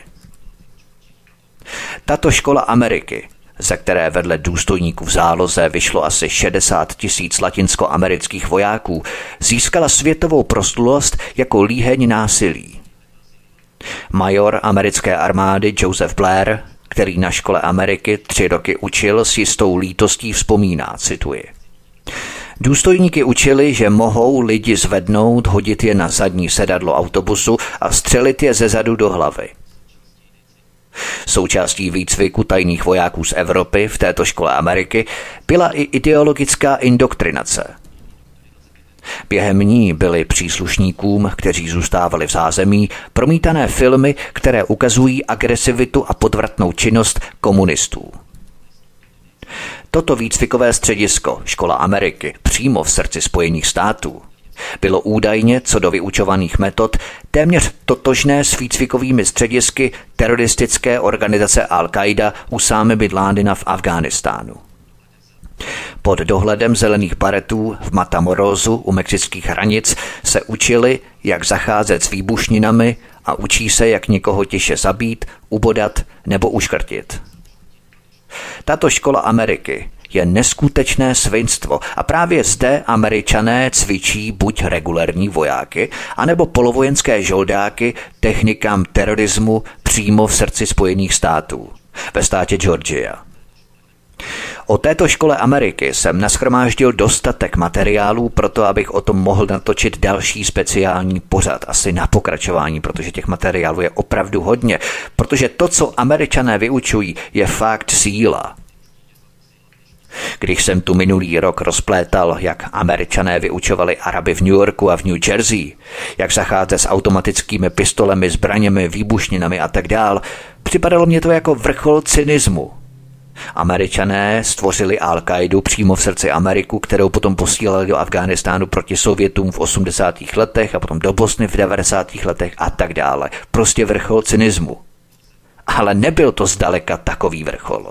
Tato škola Ameriky, ze které vedle důstojníků v záloze vyšlo asi 60 000 latinskoamerických vojáků, získala světovou proslulost jako líheň násilí. Major americké armády Joseph Blair, který na škole Ameriky 3 roky učil, s jistou lítostí vzpomíná, cituji. Důstojníky učili, že mohou lidi zvednout, hodit je na zadní sedadlo autobusu a střelit je zezadu do hlavy. Součástí výcviku tajných vojáků z Evropy v této škole Ameriky byla i ideologická indoktrinace. Během ní byly příslušníkům, kteří zůstávali v zázemí, promítané filmy, které ukazují agresivitu a podvratnou činnost komunistů. Toto výcvikové středisko, škola Ameriky, přímo v srdci Spojených států, bylo údajně, co do vyučovaných metod, téměř totožné s výcvikovými středisky teroristické organizace Al-Qaida Usámy bin Ládina v Afghánistánu. Pod dohledem zelených baretů v Matamorózu u mexických hranic se učili, jak zacházet s výbušninami a učí se, jak někoho tiše zabít, ubodat nebo uškrtit. Tato škola Ameriky je neskutečné svinstvo a právě zde Američané cvičí buď regulérní vojáky, anebo polovojenské žoldáky technikám terorismu přímo v srdci Spojených států, ve státě Georgia. O této škole Ameriky jsem nashromáždil dostatek materiálů pro to, abych o tom mohl natočit další speciální pořad, asi na pokračování, protože těch materiálů je opravdu hodně, protože to, co Američané vyučují, je fakt síla. Když jsem tu minulý rok rozplétal, jak Američané vyučovali Araby v New Yorku a v New Jersey, jak zacházet s automatickými pistolemi, zbraněmi, výbušninami a tak dál, připadalo mě to jako vrchol cynismu. Američané stvořili Al-Qaidu přímo v srdci Ameriku, kterou potom posílali do Afghánistánu proti Sovětům v 80. letech a potom do Bosny v 90. letech a tak dále. Prostě vrchol cynismu. Ale nebyl to zdaleka takový vrchol.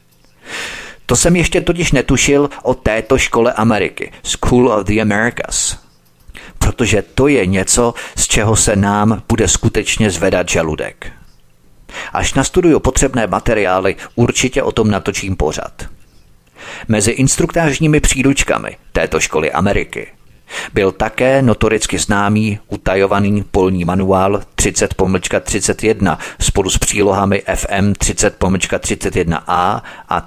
To jsem ještě totiž netušil o této škole Ameriky, School of the Americas. Protože to je něco, z čeho se nám bude skutečně zvedat žaludek. Až nastuduju potřebné materiály, určitě o tom natočím pořad. Mezi instruktážními příručkami této školy Ameriky byl také notoricky známý utajovaný polní manuál 30-31 spolu s přílohami FM 30-31A a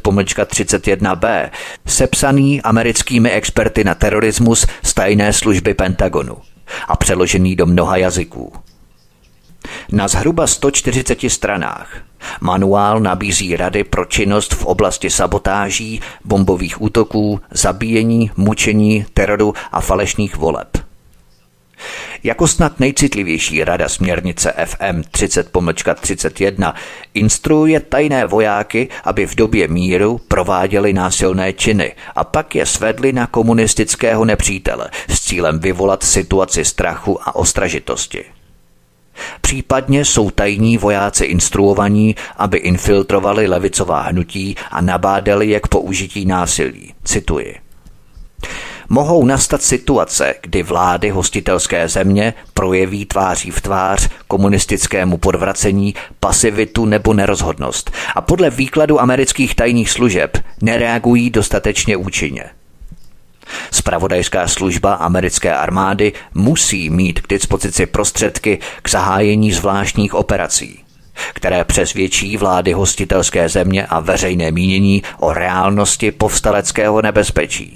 30-31B, sepsaný americkými experty na terorismus z tajné služby Pentagonu a přeložený do mnoha jazyků. Na zhruba 140 stranách manuál nabízí rady pro činnost v oblasti sabotáží, bombových útoků, zabíjení, mučení, teroru a falešných voleb. Jako snad nejcitlivější rada směrnice FM 30-31 instruuje tajné vojáky, aby v době míru prováděli násilné činy a pak je svedli na komunistického nepřítele s cílem vyvolat situaci strachu a ostražitosti. Případně jsou tajní vojáci instruovaní, aby infiltrovali levicová hnutí a nabádali je k použití násilí. Cituji. Mohou nastat situace, kdy vlády hostitelské země projeví tváří v tvář komunistickému podvracení, pasivitu nebo nerozhodnost a podle výkladu amerických tajných služeb nereagují dostatečně účinně. Zpravodajská služba americké armády musí mít k dispozici prostředky k zahájení zvláštních operací, které přesvědčí vlády hostitelské země a veřejné mínění o reálnosti povstaleckého nebezpečí.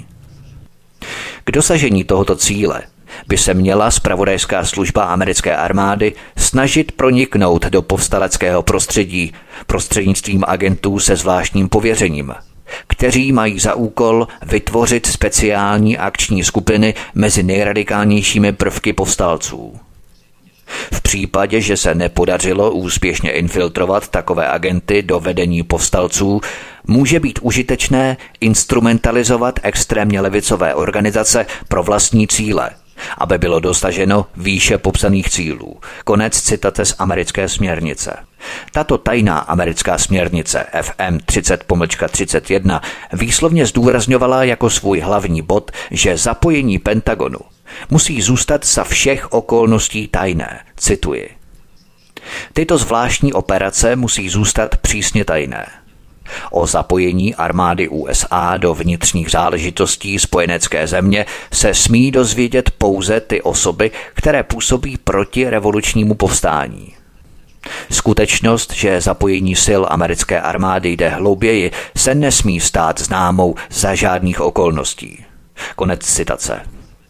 K dosažení tohoto cíle by se měla zpravodajská služba americké armády snažit proniknout do povstaleckého prostředí prostřednictvím agentů se zvláštním pověřením, kteří mají za úkol vytvořit speciální akční skupiny mezi nejradikálnějšími prvky povstalců. V případě, že se nepodařilo úspěšně infiltrovat takové agenty do vedení povstalců, může být užitečné instrumentalizovat extrémně levicové organizace pro vlastní cíle aby bylo dosaženo výše popsaných cílů. Konec citace z americké směrnice. Tato tajná americká směrnice FM 30-31 výslovně zdůrazňovala jako svůj hlavní bod, že zapojení Pentagonu musí zůstat za všech okolností tajné. Cituji. Tyto zvláštní operace musí zůstat přísně tajné. O zapojení armády USA do vnitřních záležitostí spojenecké země se smí dozvědět pouze ty osoby, které působí proti revolučnímu povstání. Skutečnost, že zapojení sil americké armády jde hlouběji, se nesmí stát známou za žádných okolností. Konec citace.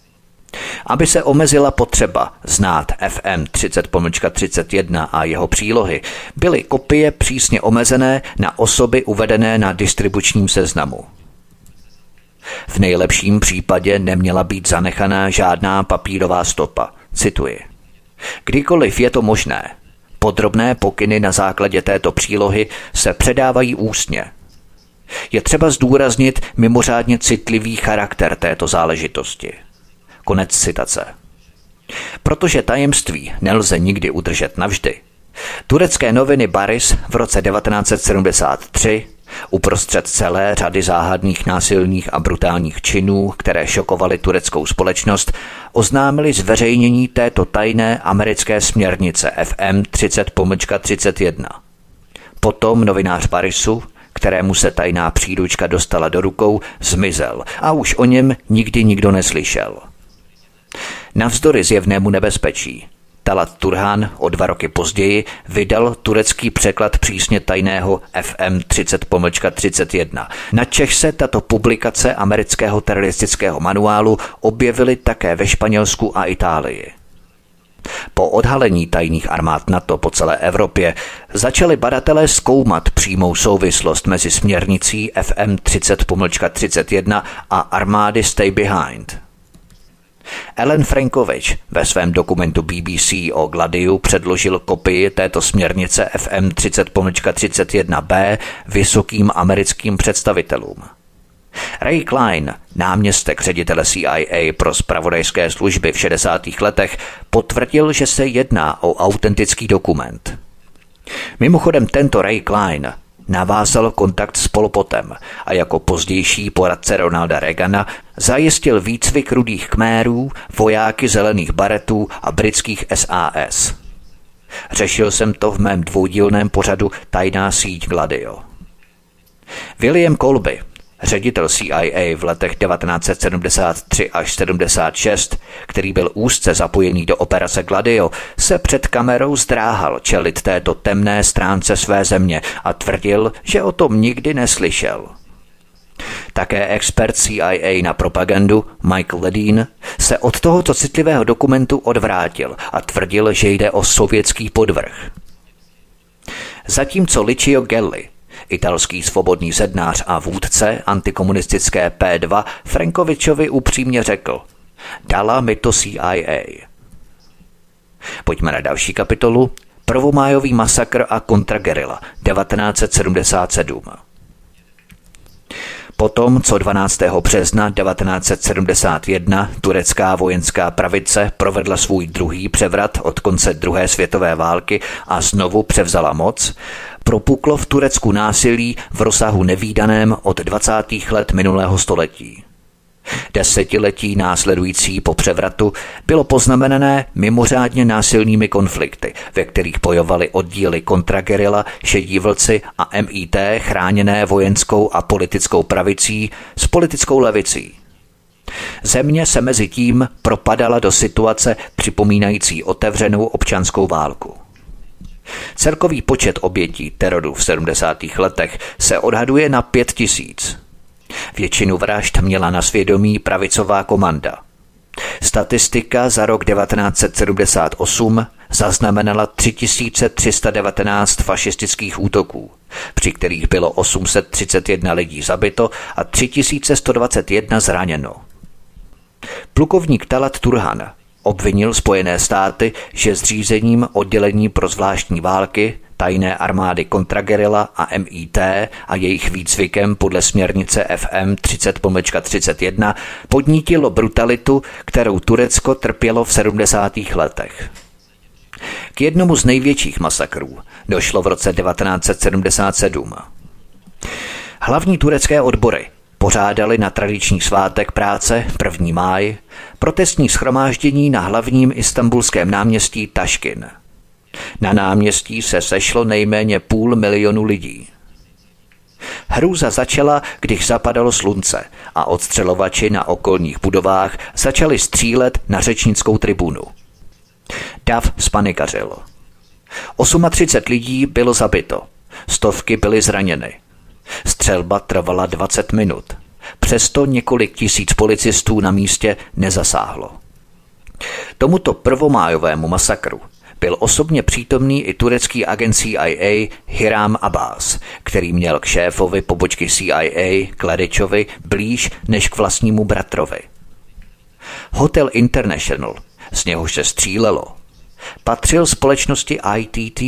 Aby se omezila potřeba znát FM 30-31 a jeho přílohy, byly kopie přísně omezené na osoby uvedené na distribučním seznamu. V nejlepším případě neměla být zanechaná žádná papírová stopa. Cituji. Kdykoliv je to možné, podrobné pokyny na základě této přílohy se předávají ústně. Je třeba zdůraznit mimořádně citlivý charakter této záležitosti. Konec citace. Protože tajemství nelze nikdy udržet navždy, turecké noviny Baris v roce 1973 uprostřed celé řady záhadných násilných a brutálních činů, které šokovaly tureckou společnost, oznámili zveřejnění této tajné americké směrnice FM 30-31. Potom novinář Barisu, kterému se tajná příručka dostala do rukou, zmizel a už o něm nikdy nikdo neslyšel. Navzdory zjevnému nebezpečí, Talat Turhan o 2 roky později vydal turecký překlad přísně tajného FM 30-31. Načež se tato publikace amerického teroristického manuálu objevily také ve Španělsku a Itálii. Po odhalení tajných armád NATO po celé Evropě začali badatelé zkoumat přímou souvislost mezi směrnicí FM 30-31 a armády Stay Behind. Alan Frankovich ve svém dokumentu BBC o Gladiu předložil kopii této směrnice FM 30-31b vysokým americkým představitelům. Ray Klein, náměstek ředitele CIA pro zpravodajské služby v 60. letech, potvrdil, že se jedná o autentický dokument. Mimochodem tento Ray Klein navázal kontakt s Pol Potem a jako pozdější poradce Ronalda Reagana zajistil výcvik rudých Khmérů, vojáky zelených baretů a britských SAS. Řešil jsem to v mém dvoudílném pořadu Tajná síť Gladio. William Colby, ředitel CIA v letech 1973 až 76, který byl úzce zapojený do operace Gladio, se před kamerou zdráhal čelit této temné stránce své země a tvrdil, že o tom nikdy neslyšel. Také expert CIA na propagandu Michael Ledeen se od tohoto citlivého dokumentu odvrátil a tvrdil, že jde o sovětský podvrh. Zatímco Licio Gelli, italský svobodný zednář a vůdce antikomunistické P2, Frankovičovi upřímně řekl: dala mi to CIA. Pojďme na další kapitolu. Prvomájový masakr a kontragerila 1977. Potom, co 12. března 1971 turecká vojenská pravice provedla svůj druhý převrat od konce druhé světové války a znovu převzala moc, propuklo v Turecku násilí v rozsahu nevídaném od 20. let minulého století. Desetiletí následující po převratu bylo poznamenané mimořádně násilnými konflikty, ve kterých bojovaly oddíly kontragerila, šedí vlci a MIT chráněné vojenskou a politickou pravicí s politickou levicí. Země se mezi tím propadala do situace připomínající otevřenou občanskou válku. Celkový počet obětí teroru v 70. letech se odhaduje na 5 000. Většinu vražd měla na svědomí pravicová komanda. Statistika za rok 1978 zaznamenala 3319 fašistických útoků, při kterých bylo 831 lidí zabito a 3121 zraněno. Plukovník Talat Turhan obvinil Spojené státy, že zřízením oddělení pro zvláštní války, tajné armády kontragerila a MIT a jejich výcvikem podle směrnice FM 30/31 podnítilo brutalitu, kterou Turecko trpělo v 70. letech. K jednomu z největších masakrů došlo v roce 1977. Hlavní turecké odbory pořádali na tradiční svátek práce 1. máj protestní shromáždění na hlavním istanbulském náměstí Taškin. Na náměstí se sešlo nejméně 500 000 lidí. Hrůza začala, když zapadalo slunce a odstřelovači na okolních budovách začali střílet na řečnickou tribunu. Dav spanikařil. 38 lidí bylo zabito, stovky byly zraněny. Střelba trvala 20 minut. Přesto několik tisíc policistů na místě nezasáhlo. Tomuto prvomájovému masakru byl osobně přítomný i turecký agent CIA Hiram Abbas, který měl k šéfovi pobočky CIA Kladičovi blíž než k vlastnímu bratrovi. Hotel International, z něhož se střílelo, patřil společnosti ITT.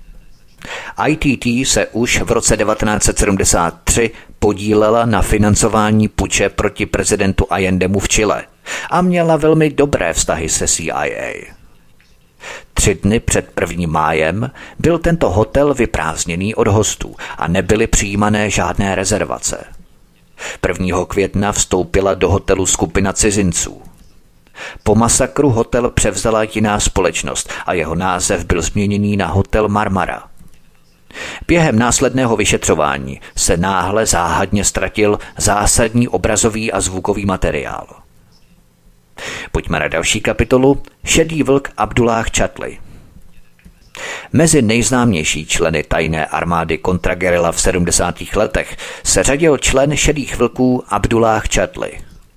ITT se už v roce 1973 podílela na financování puče proti prezidentu Allendemu v Chile a měla velmi dobré vztahy se CIA. 3 dny před 1. májem byl tento hotel vyprázdněný od hostů a nebyly přijímané žádné rezervace. 1. května vstoupila do hotelu skupina cizinců. Po masakru hotel převzala jiná společnost a jeho název byl změněný na Hotel Marmara. Během následného vyšetřování se náhle záhadně ztratil zásadní obrazový a zvukový materiál. Pojďme na další kapitolu. Šedý vlk Abdullah Chatli. Mezi nejznámější členy tajné armády kontragerila v 70. letech se řadil člen šedých vlků Abdullah Chatli.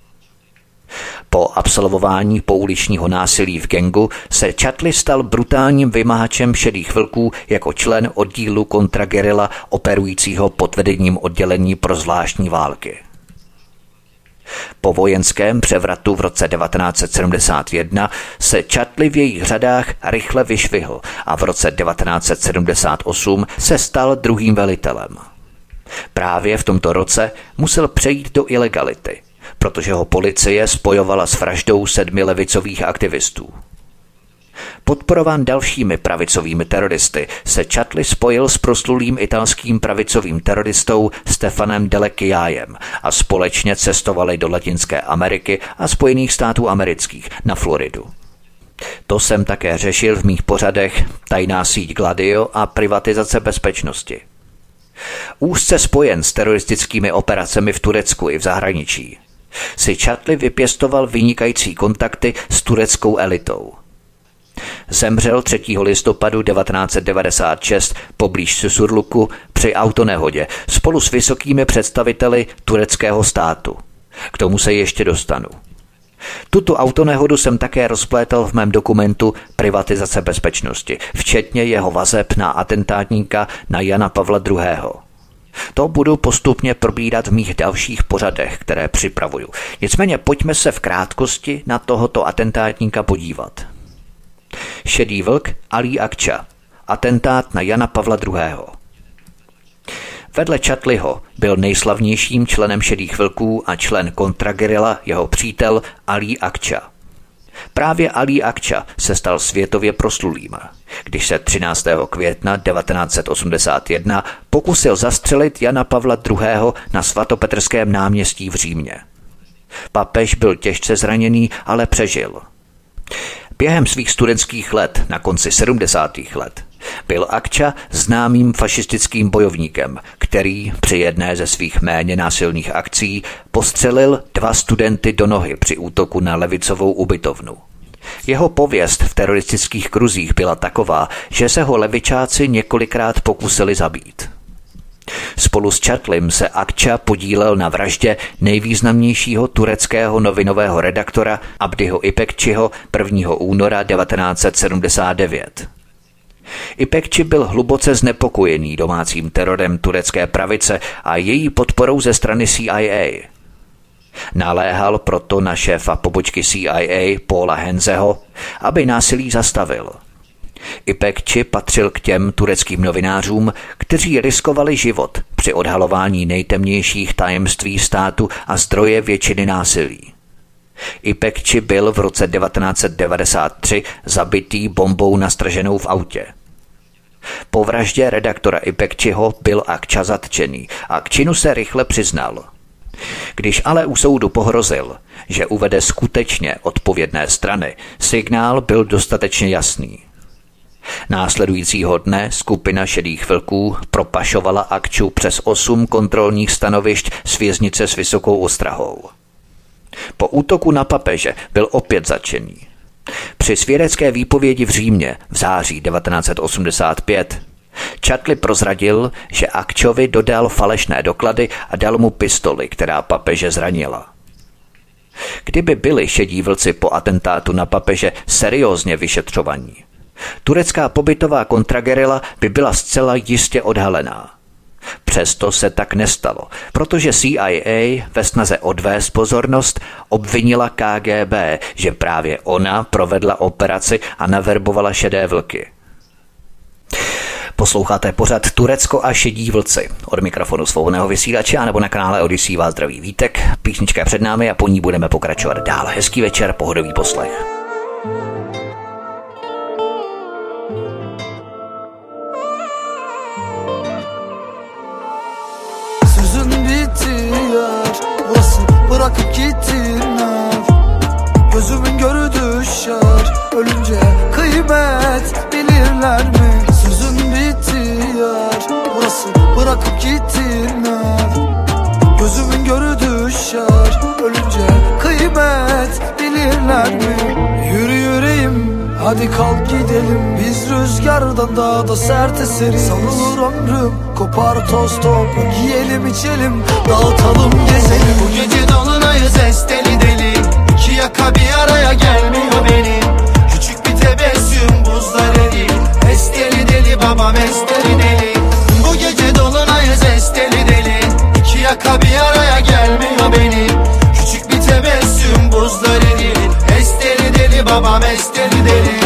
Po absolvování pouličního násilí v gangu se Chatli stal brutálním vymahačem šedých vlků jako člen oddílu kontragerila operujícího pod vedením oddělení pro zvláštní války. Po vojenském převratu v roce 1971 se Chatli v jejich řadách rychle vyšvihl a v roce 1978 se stal druhým velitelem. Právě v tomto roce musel přejít do ilegality, protože ho policie spojovala s vraždou 7 levicových aktivistů. Podporován dalšími pravicovými teroristy se Chatli spojil s proslulým italským pravicovým teroristou Stefanem Delechiajem a společně cestovali do Latinské Ameriky a Spojených států amerických na Floridu. To jsem také řešil v mých pořadech Tajná síť Gladio a privatizace bezpečnosti. Úzce spojen s teroristickými operacemi v Turecku i v zahraničí si Chatli vypěstoval vynikající kontakty s tureckou elitou. Zemřel 3. listopadu 1996 poblíž Susurluku při autonehodě spolu s vysokými představiteli tureckého státu. K tomu se ještě dostanu. Tuto autonehodu jsem také rozplétal v mém dokumentu Privatizace bezpečnosti, včetně jeho vazeb na atentátníka na Jana Pavla II. To budu postupně probírat v mých dalších pořadech, které připravuju. Nicméně pojďme se v krátkosti na tohoto atentátníka podívat. Šedý vlk Ali Akça. Atentát na Jana Pavla II. Vedle Chatliho byl nejslavnějším členem šedých vlků a člen kontragerila jeho přítel Ali Akça. Právě Ali Akça se stal světově proslulým, když se 13. května 1981 pokusil zastřelit Jana Pavla II. Na svatopetrském náměstí v Římě. Papež byl těžce zraněný, ale přežil. Během svých studentských let na konci 70. let byl Akça známým fašistickým bojovníkem, který při jedné ze svých méně násilných akcí postřelil 2 studenty do nohy při útoku na levicovou ubytovnu. Jeho pověst v teroristických kruzích byla taková, že se ho levičáci několikrát pokusili zabít. Spolu s Chatlim se Akça podílel na vraždě nejvýznamnějšího tureckého novinového redaktora Abdiho İpekçiho 1. února 1979. İpekçi byl hluboce znepokojený domácím terorem turecké pravice a její podporou ze strany CIA. Naléhal proto na šéfa pobočky CIA Paula Henzeho, aby násilí zastavil. İpekçi patřil k těm tureckým novinářům, kteří riskovali život při odhalování nejtemnějších tajemství státu a zdroje většiny násilí. İpekçi byl v roce 1993 zabitý bombou nastrženou v autě. Po vraždě redaktora İpekçiho byl Akça zatčený a k činu se rychle přiznal. Když ale u soudu pohrozil, že uvede skutečně odpovědné strany, signál byl dostatečně jasný. Následujícího dne skupina šedých vlků propašovala Akçu přes 8 kontrolních stanovišť z věznice s vysokou ostrahou. Po útoku na papeže byl opět zatčený. Při svědecké výpovědi v Římě v září 1985 Charlie prozradil, že Akçovi dodal falešné doklady a dal mu pistoli, která papeže zranila. Kdyby byli šedí vlci po atentátu na papeže seriózně vyšetřovaní, turecká pobytová kontragerila by byla zcela jistě odhalená. Přesto se tak nestalo, protože CIA ve snaze odvést pozornost obvinila KGB, že právě ona provedla operaci a naverbovala šedé vlky. Posloucháte pořad Turecko a šedí vlci. Od mikrofonu svobodného vysílače nebo na kanále Odyssey vás zdraví Vítek. Písnička je před námi a po ní budeme pokračovat dál. Hezký večer, pohodový poslech. Bırakıp gittiler. Gözümün gördüğü şer. Ölünce kıymet bilirler mi? Sözün bitti yer. Burası bırakıp gittiler. Gözümün gördüğü şer. Ölünce kıymet bilirler mi? Yürü yüreğim, hadi kalk gidelim. Biz rüzgardan daha da sert eseriz. Savrulur ömrüm, kopar toz toprak. Yiyelim içelim, dağıtalım gezelim. Bu gece dolunayız esteli deli. İki yaka bir araya gelmiyor benim. Küçük bir tebessüm buzlar eri. Esteli deli babam esteli deli. Bu gece dolunayız esteli deli. İki yaka bir araya gelmiyor benim. Küçük bir tebessüm buzlar eri. Esteli deli babam esteli deli.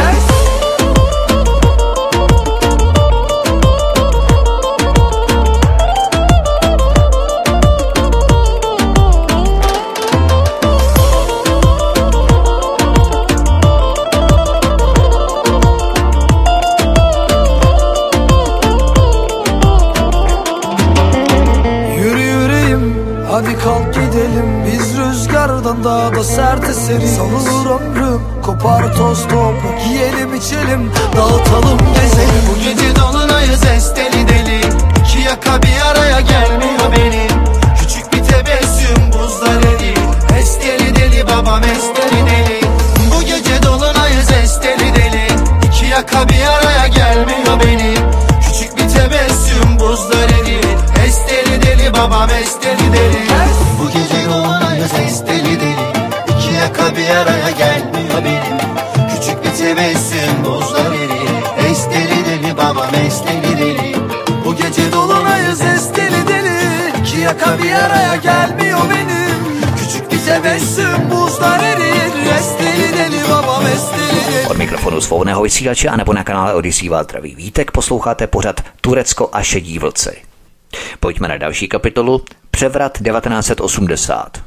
Hadi kalk gidelim, biz rüzgardan daha da sert eseriz. Savrulur ömrüm, kopar toz toprak. Yiyelim içelim, dağıtalım gezelim. Bu gece dolunayız esteli deli. İki yaka bir araya gelmiyor benim. Küçük bir tebessüm buzlar eri. Esteli deli babam esteli deli. Bu gece dolunayız esteli deli. İki yaka bir araya gelmiyor benim. Küçük bir tebessüm buzlar eri. Esteli deli babam esteli deli. Bu gece dolunayız esteli deli. İki yaka bir araya gelmiyor benim. Küçük bir tebessüm buzlar eri. Esteli deli babam esteli deli. Bu gece dolunayız esteli deli. İki yaka bir araya gelmiyor benim. Küçük bir tebessüm buzlar erir. Esteli deli babam esteli deli. Od mikrofonu svobodného vysílače a nebo na kanále Odyssey vás zdraví Vítek, posloucháte pořad Turecko a šedí vlci. Pojďme na další kapitolu. Převrat 1980.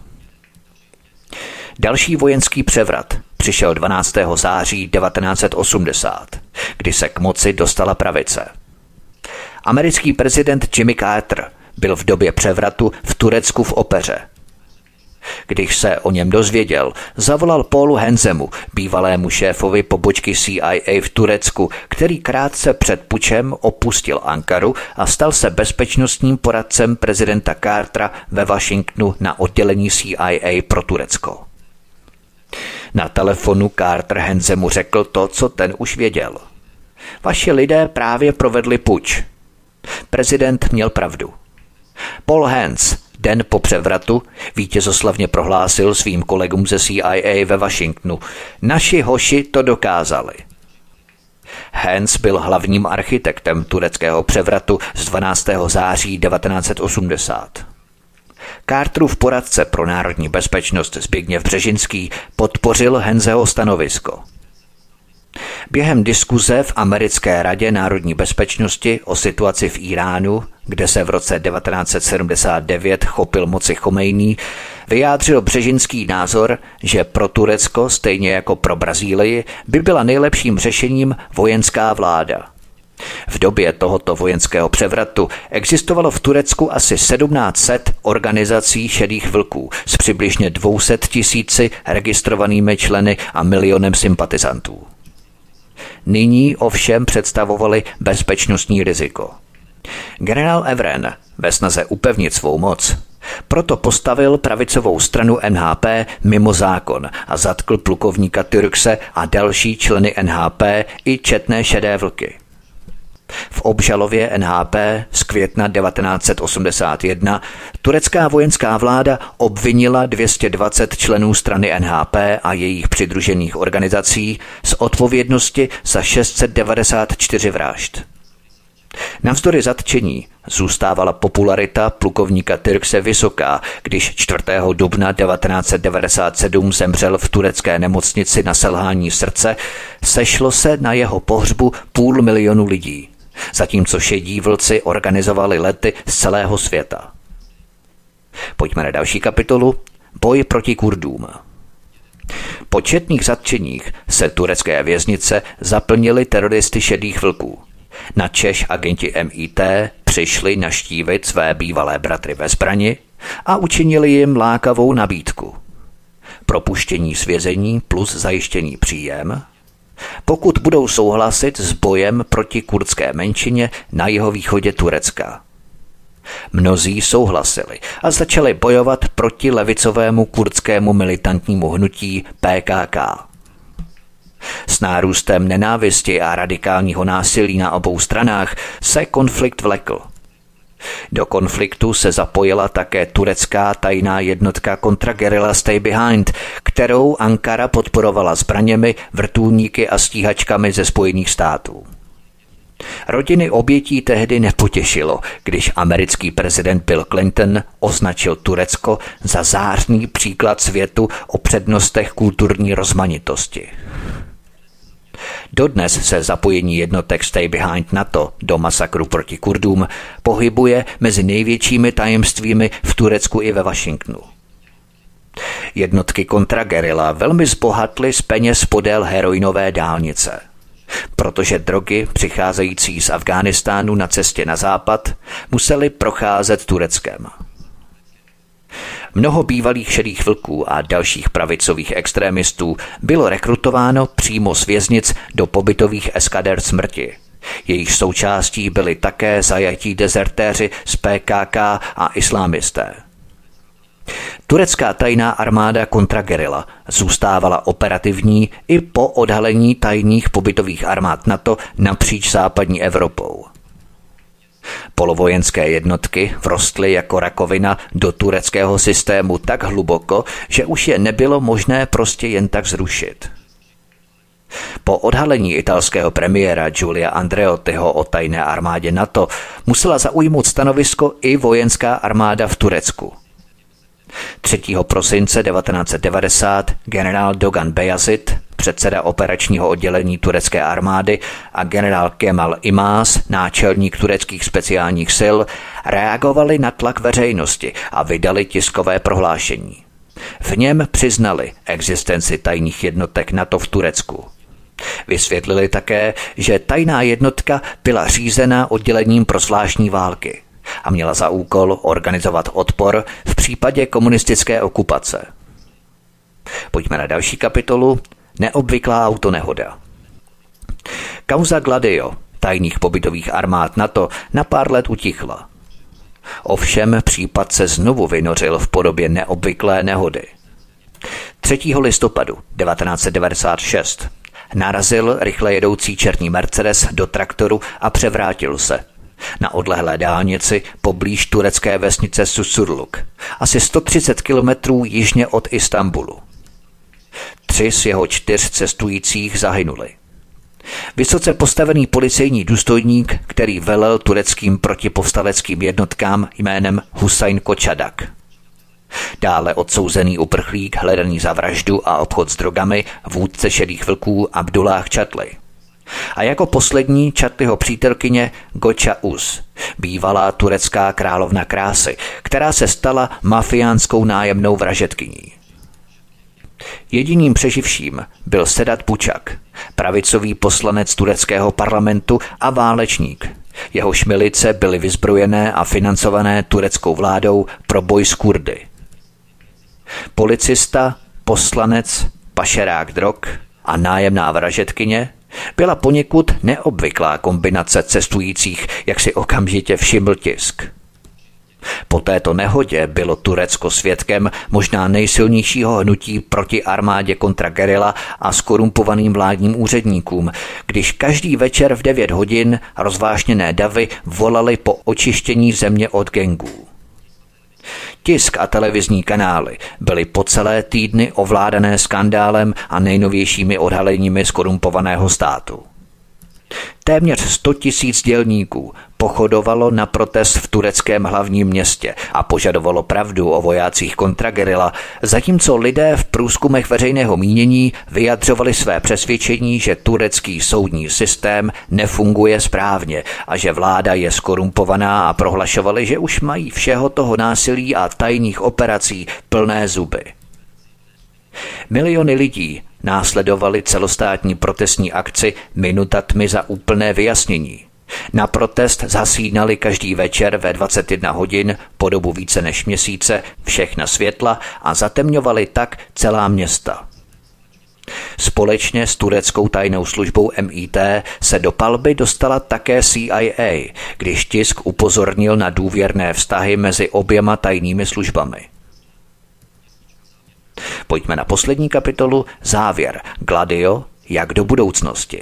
Další vojenský převrat přišel 12. září 1980, kdy se k moci dostala pravice. Americký prezident Jimmy Carter byl v době převratu v Turecku v opeře. Když se o něm dozvěděl, zavolal Paulu Hensemu, bývalému šéfovi pobočky CIA v Turecku, který krátce před pučem opustil Ankaru a stal se bezpečnostním poradcem prezidenta Cartera ve Washingtonu na oddělení CIA pro Turecko. Na telefonu Carter Hensemu řekl to, co ten už věděl. Vaši lidé právě provedli puč. Prezident měl pravdu. Paul Hens den po převratu vítězoslavně prohlásil svým kolegům ze CIA ve Washingtonu: naši hoši to dokázali. Hens byl hlavním architektem tureckého převratu z 12. září 1980. Carterův poradce pro národní bezpečnost Zbigněv Břežinský podpořil Henseho stanovisko. Během diskuze v Americké radě národní bezpečnosti o situaci v Iránu, kde se v roce 1979 chopil moci Chomejní, vyjádřil Břežinský názor, že pro Turecko, stejně jako pro Brazílii, by byla nejlepším řešením vojenská vláda. V době tohoto vojenského převratu existovalo v Turecku asi 1700 organizací šedých vlků s přibližně 200 000 registrovanými členy a milionem sympatizantů. Nyní ovšem představovali bezpečnostní riziko. Generál Evren ve snaze upevnit svou moc proto postavil pravicovou stranu NHP mimo zákon a zatkl plukovníka Türkse a další členy NHP i četné šedé vlky. V obžalově NHP z května 1981 turecká vojenská vláda obvinila 220 členů strany NHP a jejich přidružených organizací z odpovědnosti za 694 vražd. Navzdory zatčení zůstávala popularita plukovníka Türkse vysoká, když 4. dubna 1997 zemřel v turecké nemocnici na selhání srdce, sešlo se na jeho pohřbu 500 000 lidí, zatímco šedí vlci organizovali lety z celého světa. Pojďme na další kapitolu. Boj proti Kurdům. Po četných zatčeních se turecké věznice zaplnily teroristy šedých vlků. Načež agenti MIT přišli navštívit své bývalé bratry ve zbrani a učinili jim lákavou nabídku. Propuštění z vězení plus zajištěný příjem, pokud budou souhlasit s bojem proti kurdské menšině na jihovýchodě Turecka. Mnozí souhlasili a začali bojovat proti levicovému kurdskému militantnímu hnutí PKK. S nárůstem nenávisti a radikálního násilí na obou stranách se konflikt vlekl. Do konfliktu se zapojila také turecká tajná jednotka kontragerilla Stay Behind, kterou Ankara podporovala zbraněmi, vrtulníky a stíhačkami ze Spojených států. Rodiny obětí tehdy nepotěšilo, když americký prezident Bill Clinton označil Turecko za zářný příklad světu o přednostech kulturní rozmanitosti. Dodnes se zapojení jednotek Stay Behind NATO do masakru proti Kurdům pohybuje mezi největšími tajemstvími v Turecku i ve Washingtonu. Jednotky kontragerilla velmi zbohatly z peněz podél heroinové dálnice, protože drogy přicházející z Afghánistánu na cestě na západ musely procházet Tureckem. Mnoho bývalých šedých vlků a dalších pravicových extrémistů bylo rekrutováno přímo z věznic do pobytových eskader smrti. Jejich součástí byli také zajatí dezertéři z PKK a islámisté. Turecká tajná armáda kontragerilla zůstávala operativní i po odhalení tajných pobytových armád NATO napříč západní Evropou. Polovojenské jednotky vrostly jako rakovina do tureckého systému tak hluboko, že už je nebylo možné prostě jen tak zrušit. Po odhalení italského premiéra Giulia Andreottiho o tajné armádě NATO musela zaujmout stanovisko i vojenská armáda v Turecku. 3. prosince 1990 generál Dogan Beyazit, předseda operačního oddělení turecké armády, a generál Kemal Imaz, náčelník tureckých speciálních sil, reagovali na tlak veřejnosti a vydali tiskové prohlášení. V něm přiznali existenci tajných jednotek NATO v Turecku. Vysvětlili také, že tajná jednotka byla řízena oddělením pro zvláštní války a měla za úkol organizovat odpor v případě komunistické okupace. Pojďme na další kapitolu. Neobvyklá autonehoda. Kauza Gladio, tajných pobytových armád NATO, na pár let utichla. Ovšem případ se znovu vynořil v podobě neobvyklé nehody. 3. listopadu 1996 narazil rychle jedoucí černý Mercedes do traktoru a převrátil se na odlehlé dálnici poblíž turecké vesnice Susurluk, asi 130 kilometrů jižně od Istanbulu. 3 z jeho 4 cestujících zahynuli. Vysoce postavený policejní důstojník, který velel tureckým protipovstaleckým jednotkám jménem Husajn Kočadak. Dále odsouzený uprchlík hledaný za vraždu a obchod s drogami, vůdce šedých vlků Abdullah Čatli. A jako poslední Charlieho přítelkyně Goča Uz, bývalá turecká královna krásy, která se stala mafiánskou nájemnou vražedkyní. Jediným přeživším byl Sedat Bučak, pravicový poslanec tureckého parlamentu a válečník. Jehož milice byly vyzbrojené a financované tureckou vládou pro boj s Kurdy. Policista, poslanec, pašerák drog a nájemná vražedkyně byla poněkud neobvyklá kombinace cestujících, jak si okamžitě všiml tisk. Po této nehodě bylo Turecko svědkem možná nejsilnějšího hnutí proti armádě kontra gerila a skorumpovaným vládním úředníkům, když každý večer v 9 hodin rozvášněné davy volali po očištění země od gangů. Tisk a televizní kanály byly po celé týdny ovládané skandálem a nejnovějšími odhaleními skorumpovaného státu. Téměř 100 000 dělníků pochodovalo na protest v tureckém hlavním městě a požadovalo pravdu o vojácích kontragerila, zatímco lidé v průzkumech veřejného mínění vyjadřovali své přesvědčení, že turecký soudní systém nefunguje správně a že vláda je skorumpovaná a prohlašovali, že už mají všeho toho násilí a tajných operací plné zuby. Miliony lidí následovali celostátní protestní akci Minuta tmy za úplné vyjasnění. Na protest zasínali každý večer ve 21 hodin po dobu více než měsíce všechna světla a zatemňovali tak celá města. Společně s tureckou tajnou službou MIT se do palby dostala také CIA, když tisk upozornil na důvěrné vztahy mezi oběma tajnými službami. Pojďme na poslední kapitolu, závěr, Gladio, jak do budoucnosti.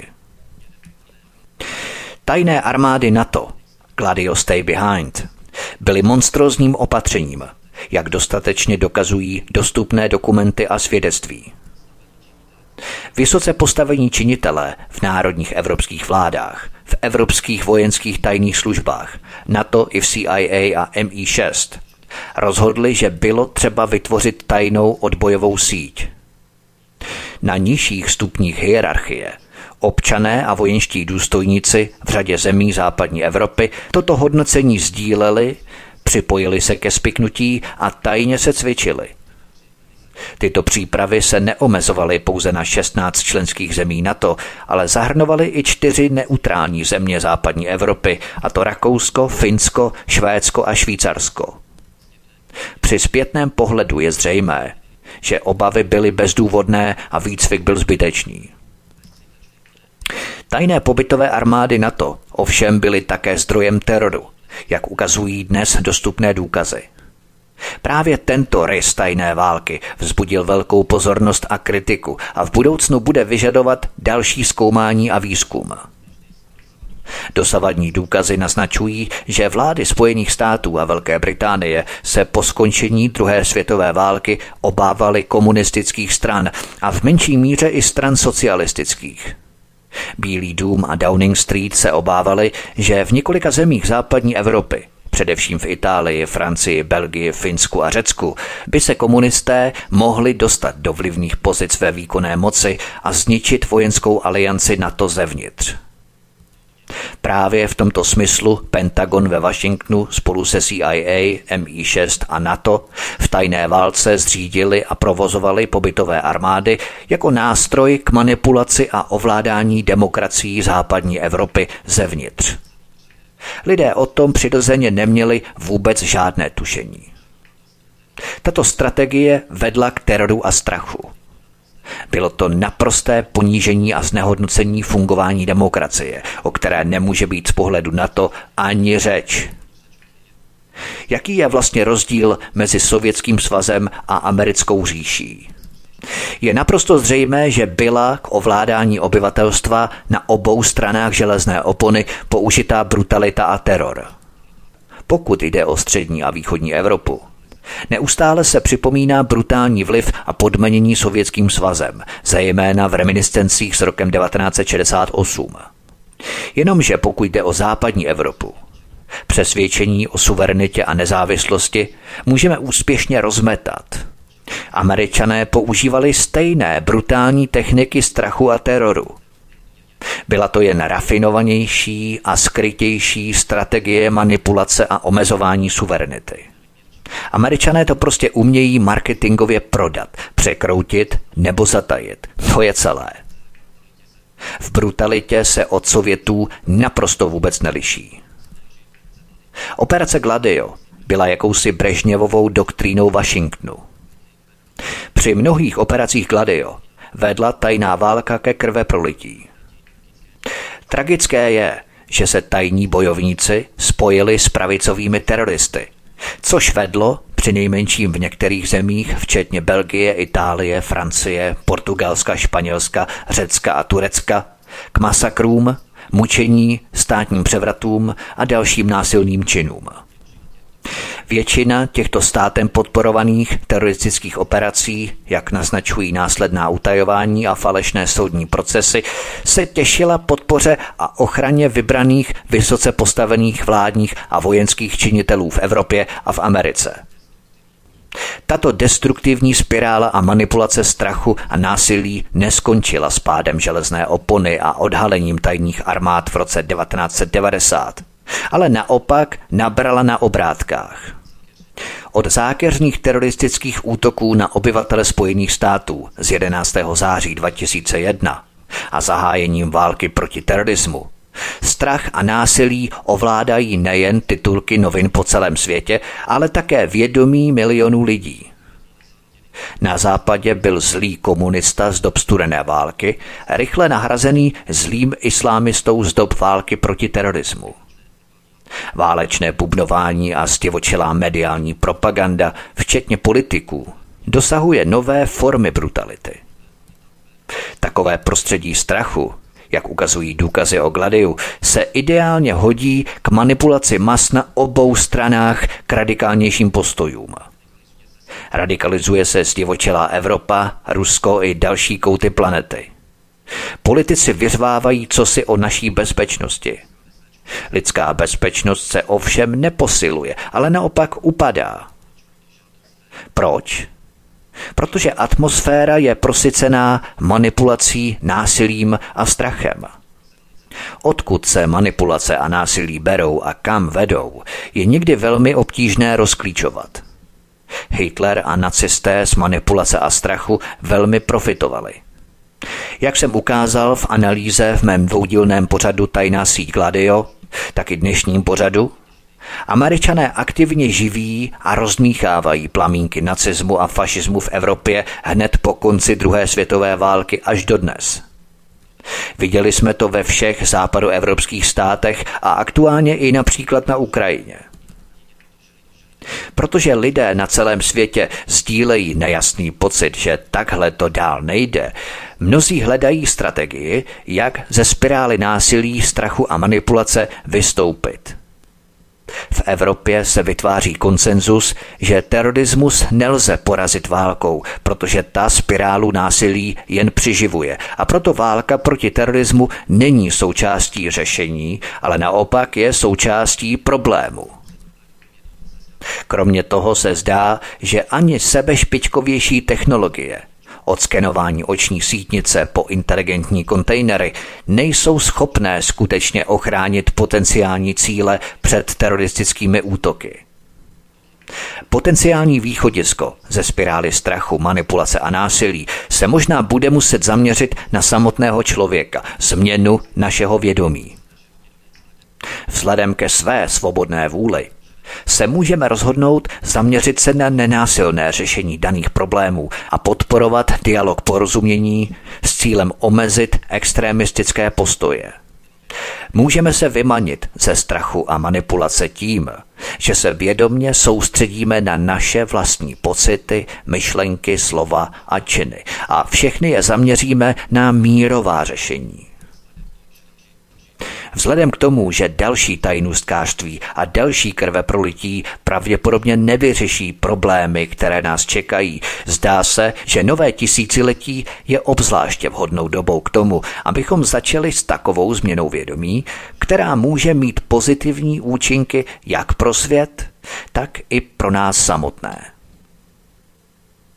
Tajné armády NATO, Gladio Stay Behind, byly monstrózním opatřením, jak dostatečně dokazují dostupné dokumenty a svědectví. Vysoce postavení činitelé v národních evropských vládách, v evropských vojenských tajných službách, NATO i v CIA a MI6 rozhodli, že bylo třeba vytvořit tajnou odbojovou síť. Na nižších stupních hierarchie občané a vojenští důstojníci v řadě zemí západní Evropy toto hodnocení sdíleli, připojili se ke spiknutí a tajně se cvičili. Tyto přípravy se neomezovaly pouze na 16 členských zemí NATO, ale zahrnovaly i 4 neutrální země západní Evropy, a to Rakousko, Finsko, Švédsko a Švýcarsko. Při zpětném pohledu je zřejmé, že obavy byly bezdůvodné a výcvik byl zbytečný. Tajné pobytové armády NATO ovšem byly také zdrojem teroru, jak ukazují dnes dostupné důkazy. Právě tento rys tajné války vzbudil velkou pozornost a kritiku a v budoucnu bude vyžadovat další zkoumání a výzkum. Dosavadní důkazy naznačují, že vlády Spojených států a Velké Británie se po skončení druhé světové války obávaly komunistických stran a v menší míře i stran socialistických. Bílý dům a Downing Street se obávali, že v několika zemích západní Evropy, především v Itálii, Francii, Belgii, Finsku a Řecku, by se komunisté mohli dostat do vlivných pozic ve výkonné moci a zničit vojenskou alianci NATO zevnitř. Právě v tomto smyslu Pentagon ve Washingtonu spolu se CIA, MI6 a NATO v tajné válce zřídili a provozovali pobytové armády jako nástroj k manipulaci a ovládání demokracií západní Evropy zevnitř. Lidé o tom přirozeně neměli vůbec žádné tušení. Tato strategie vedla k teroru a strachu. Bylo to naprosté ponížení a znehodnocení fungování demokracie, o které nemůže být z pohledu NATO ani řeč. Jaký je vlastně rozdíl mezi Sovětským svazem a americkou říší? Je naprosto zřejmé, že byla k ovládání obyvatelstva na obou stranách železné opony použitá brutalita a teror. Pokud jde o střední a východní Evropu, neustále se připomíná brutální vliv a podmanění Sovětským svazem, zejména v reminiscencích s rokem 1968. Jenomže pokud jde o západní Evropu, přesvědčení o suverenitě a nezávislosti můžeme úspěšně rozmetat. Američané používali stejné brutální techniky strachu a teroru. Byla to jen rafinovanější a skrytější strategie manipulace a omezování suverenity. Američané to prostě umějí marketingově prodat, překroutit nebo zatajit. To je celé. V brutalitě se od Sovětů naprosto vůbec neliší. Operace Gladio byla jakousi Brežněvovou doktrínou Washingtonu. Při mnohých operacích Gladio vedla tajná válka ke krveprolití. Tragické je, že se tajní bojovníci spojili s pravicovými teroristy, což vedlo, přinejmenším v některých zemích, včetně Belgie, Itálie, Francie, Portugalska, Španělska, Řecka a Turecka, k masakrům, mučení, státním převratům a dalším násilným činům. Většina těchto státem podporovaných teroristických operací, jak naznačují následná utajování a falešné soudní procesy, se těšila podpoře a ochraně vybraných vysoce postavených vládních a vojenských činitelů v Evropě a v Americe. Tato destruktivní spirála a manipulace strachu a násilí neskončila s pádem železné opony a odhalením tajných armád v roce 1990, ale naopak nabrala na obrátkách. Od zákeřných teroristických útoků na obyvatele Spojených států z 11. září 2001 a zahájením války proti terorismu strach a násilí ovládají nejen titulky novin po celém světě, ale také vědomí milionů lidí. Na západě byl zlý komunista z dob studené války rychle nahrazený zlým islámistou z dob války proti terorismu. Válečné bubnování a zdivočelá mediální propaganda, včetně politiků, dosahuje nové formy brutality. Takové prostředí strachu, jak ukazují důkazy o Gladiu, se ideálně hodí k manipulaci mas na obou stranách k radikálnějším postojům. Radikalizuje se zdivočelá Evropa, Rusko i další kouty planety. Politici vyřvávají cosi o naší bezpečnosti. Lidská bezpečnost se ovšem neposiluje, ale naopak upadá. Proč? Protože atmosféra je prosycená manipulací, násilím a strachem. Odkud se manipulace a násilí berou a kam vedou, je někdy velmi obtížné rozklíčovat. Hitler a nacisté z manipulace a strachu velmi profitovali. Jak jsem ukázal v analýze v mém dvoudílném pořadu Tajná síť Gladio, tak i dnešním pořadu, Američané aktivně živí a rozmíchávají plamínky nacismu a fašismu v Evropě hned po konci druhé světové války až dodnes. Viděli jsme to ve všech západoevropských státech a aktuálně i například na Ukrajině. Protože lidé na celém světě sdílejí nejasný pocit, že takhle to dál nejde, mnozí hledají strategii, jak ze spirály násilí, strachu a manipulace vystoupit. V Evropě se vytváří konsenzus, že terorismus nelze porazit válkou, protože ta spirálu násilí jen přiživuje a proto válka proti terorismu není součástí řešení, ale naopak je součástí problému. Kromě toho se zdá, že ani sebešpičkovější technologie, od skenování oční sítnice po inteligentní kontejnery, nejsou schopné skutečně ochránit potenciální cíle před teroristickými útoky. Potenciální východisko ze spirály strachu, manipulace a násilí se možná bude muset zaměřit na samotného člověka, změnu našeho vědomí. Vzhledem ke své svobodné vůli se můžeme rozhodnout zaměřit se na nenásilné řešení daných problémů a podporovat dialog porozumění s cílem omezit extremistické postoje. Můžeme se vymanit ze strachu a manipulace tím, že se vědomě soustředíme na naše vlastní pocity, myšlenky, slova a činy a všechny je zaměříme na mírová řešení. Vzhledem k tomu, že další tajnůstkářství a další krveprolití pravděpodobně nevyřeší problémy, které nás čekají, zdá se, že nové tisíciletí je obzvláště vhodnou dobou k tomu, abychom začali s takovou změnou vědomí, která může mít pozitivní účinky jak pro svět, tak i pro nás samotné.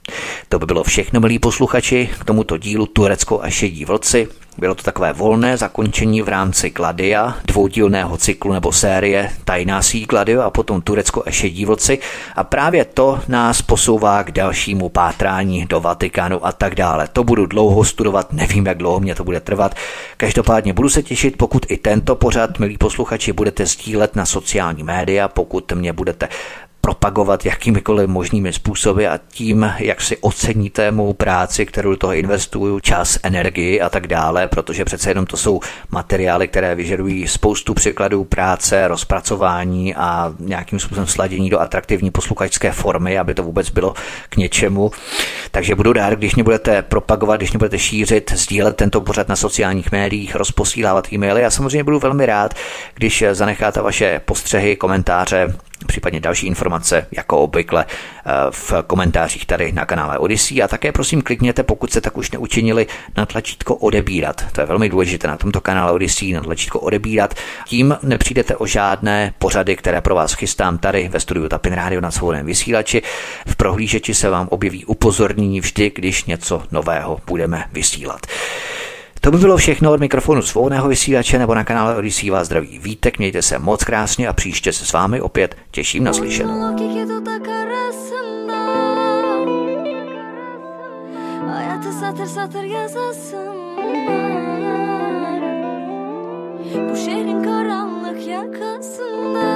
To by bylo všechno, milí posluchači, k tomuto dílu Turecko a šedí vlci. Bylo to takové volné zakončení v rámci Gladia, dvoudílného cyklu nebo série Tajná síť Gladio a potom Turecko a šedí vlci. A právě to nás posouvá k dalšímu pátrání do Vatikánu a tak dále. To budu dlouho studovat, nevím, jak dlouho mě to bude trvat. Každopádně budu se těšit, pokud i tento pořad, milí posluchači, budete sdílet na sociální média, pokud mě budete propagovat jakýmikoliv možnými způsoby a tím, jak si oceníte mou práci, kterou do toho investuju, čas, energii a tak dále, protože přece jenom to jsou materiály, které vyžadují spoustu překladů, práce, rozpracování a nějakým způsobem sladění do atraktivní posluchačské formy, aby to vůbec bylo k něčemu. Takže budu rád, když mě budete propagovat, když mě budete šířit, sdílet tento pořad na sociálních médiích, rozposílávat e-maily a samozřejmě budu velmi rád, když zanecháte vaše postřehy, komentáře, případně další informace, jako obvykle v komentářích tady na kanále Odyssey a také prosím klikněte, pokud se tak už neučinili, na tlačítko odebírat. To je velmi důležité na tomto kanále Odyssey, na tlačítko odebírat. Tím nepřijdete o žádné pořady, které pro vás chystám tady ve studiu Tapin Radio na svobodném vysílači. V prohlížeči se vám objeví upozornění vždy, když něco nového budeme vysílat. To by bylo všechno od mikrofonu svobodného vysílače nebo na kanále Odyssey vás zdraví Vítek, mějte se moc krásně a příště se s vámi opět těším na slyšenou. Satır satır yazasın var. Bu şehrin karanlık yakasında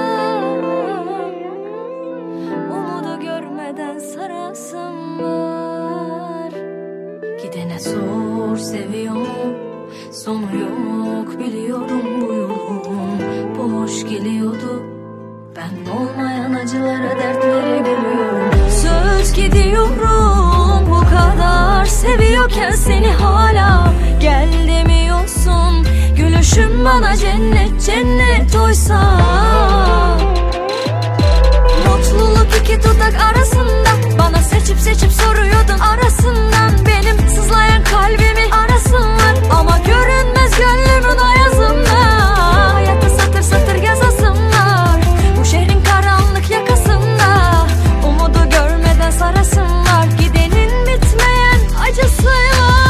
umudu görmeden sarasın var. Gidene sor seviyor mu? Sonu yok biliyorum bu yolun boş geliyordu. Ben olmayan acılara dertlere gülüyorum. Söz gidiyorum bu kadar seviyorken seni hala gel demiyorsun. Gülüşün bana cennet cennet oysa. Mutluluk iki dudak arasında bana seçip seçip soruyordun arasından. Benim sızlayan kalbimi arasınlar ama görünmez gönlümün ayazında. Hayatta satır satır yazasınlar bu şehrin karanlık yakasında. Umudu görmeden sarasınlar gidenin bitmeyen acısıyla.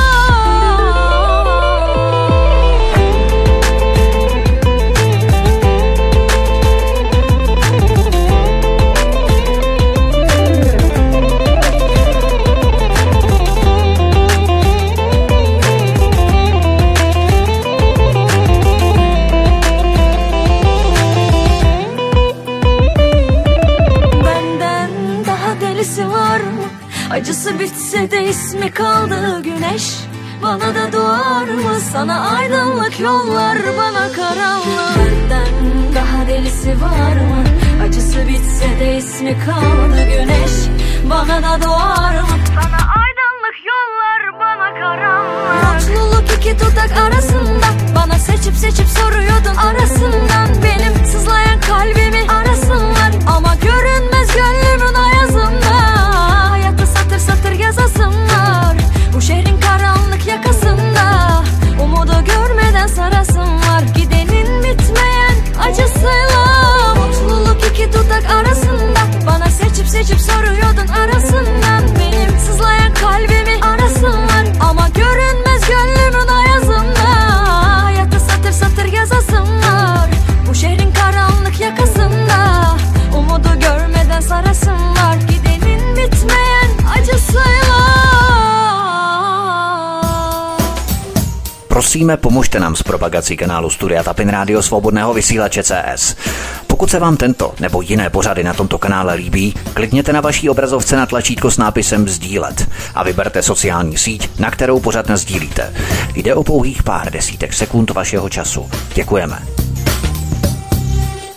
Acısı bitse de ismi kaldı güneş. Bana da doğar mı sana aydınlık yollar bana karanlık. Benden daha delisi var mı? Acısı bitse de ismi kaldı güneş. Bana da doğar mı sana aydınlık yollar bana karanlık. Mutluluk iki dudak arasında bana seçip seçip soruyordun arasından. Benim sızlayan kalbimi arasınlar ama görünmez gönlümün ayazında. Satır satır yazasınlar bu şehrin karanlık yakasında. Umudu görmeden sarasınlar gidenin bitmeyen acısıyla. Mutluluk iki dudak arasında bana seçip seçip soruyordun arasından. Benim sızlayan kalbimi arasınlar ama görünmez gönlümün ayazında. Hayatta satır satır yazasınlar bu şehrin karanlık yakasında. Umudu görmeden sarasınlar gidenin bitmeyen acısıyla. Prosíme, pomožte nám s propagací kanálu Studia Tapin Radio Svobodného vysílače CS. Pokud se vám tento nebo jiné pořady na tomto kanále líbí, klikněte na vaší obrazovce na tlačítko s nápisem sdílet a vyberte sociální síť, na kterou pořad nasdílíte. Jde o pouhých pár desítek sekund vašeho času. Děkujeme.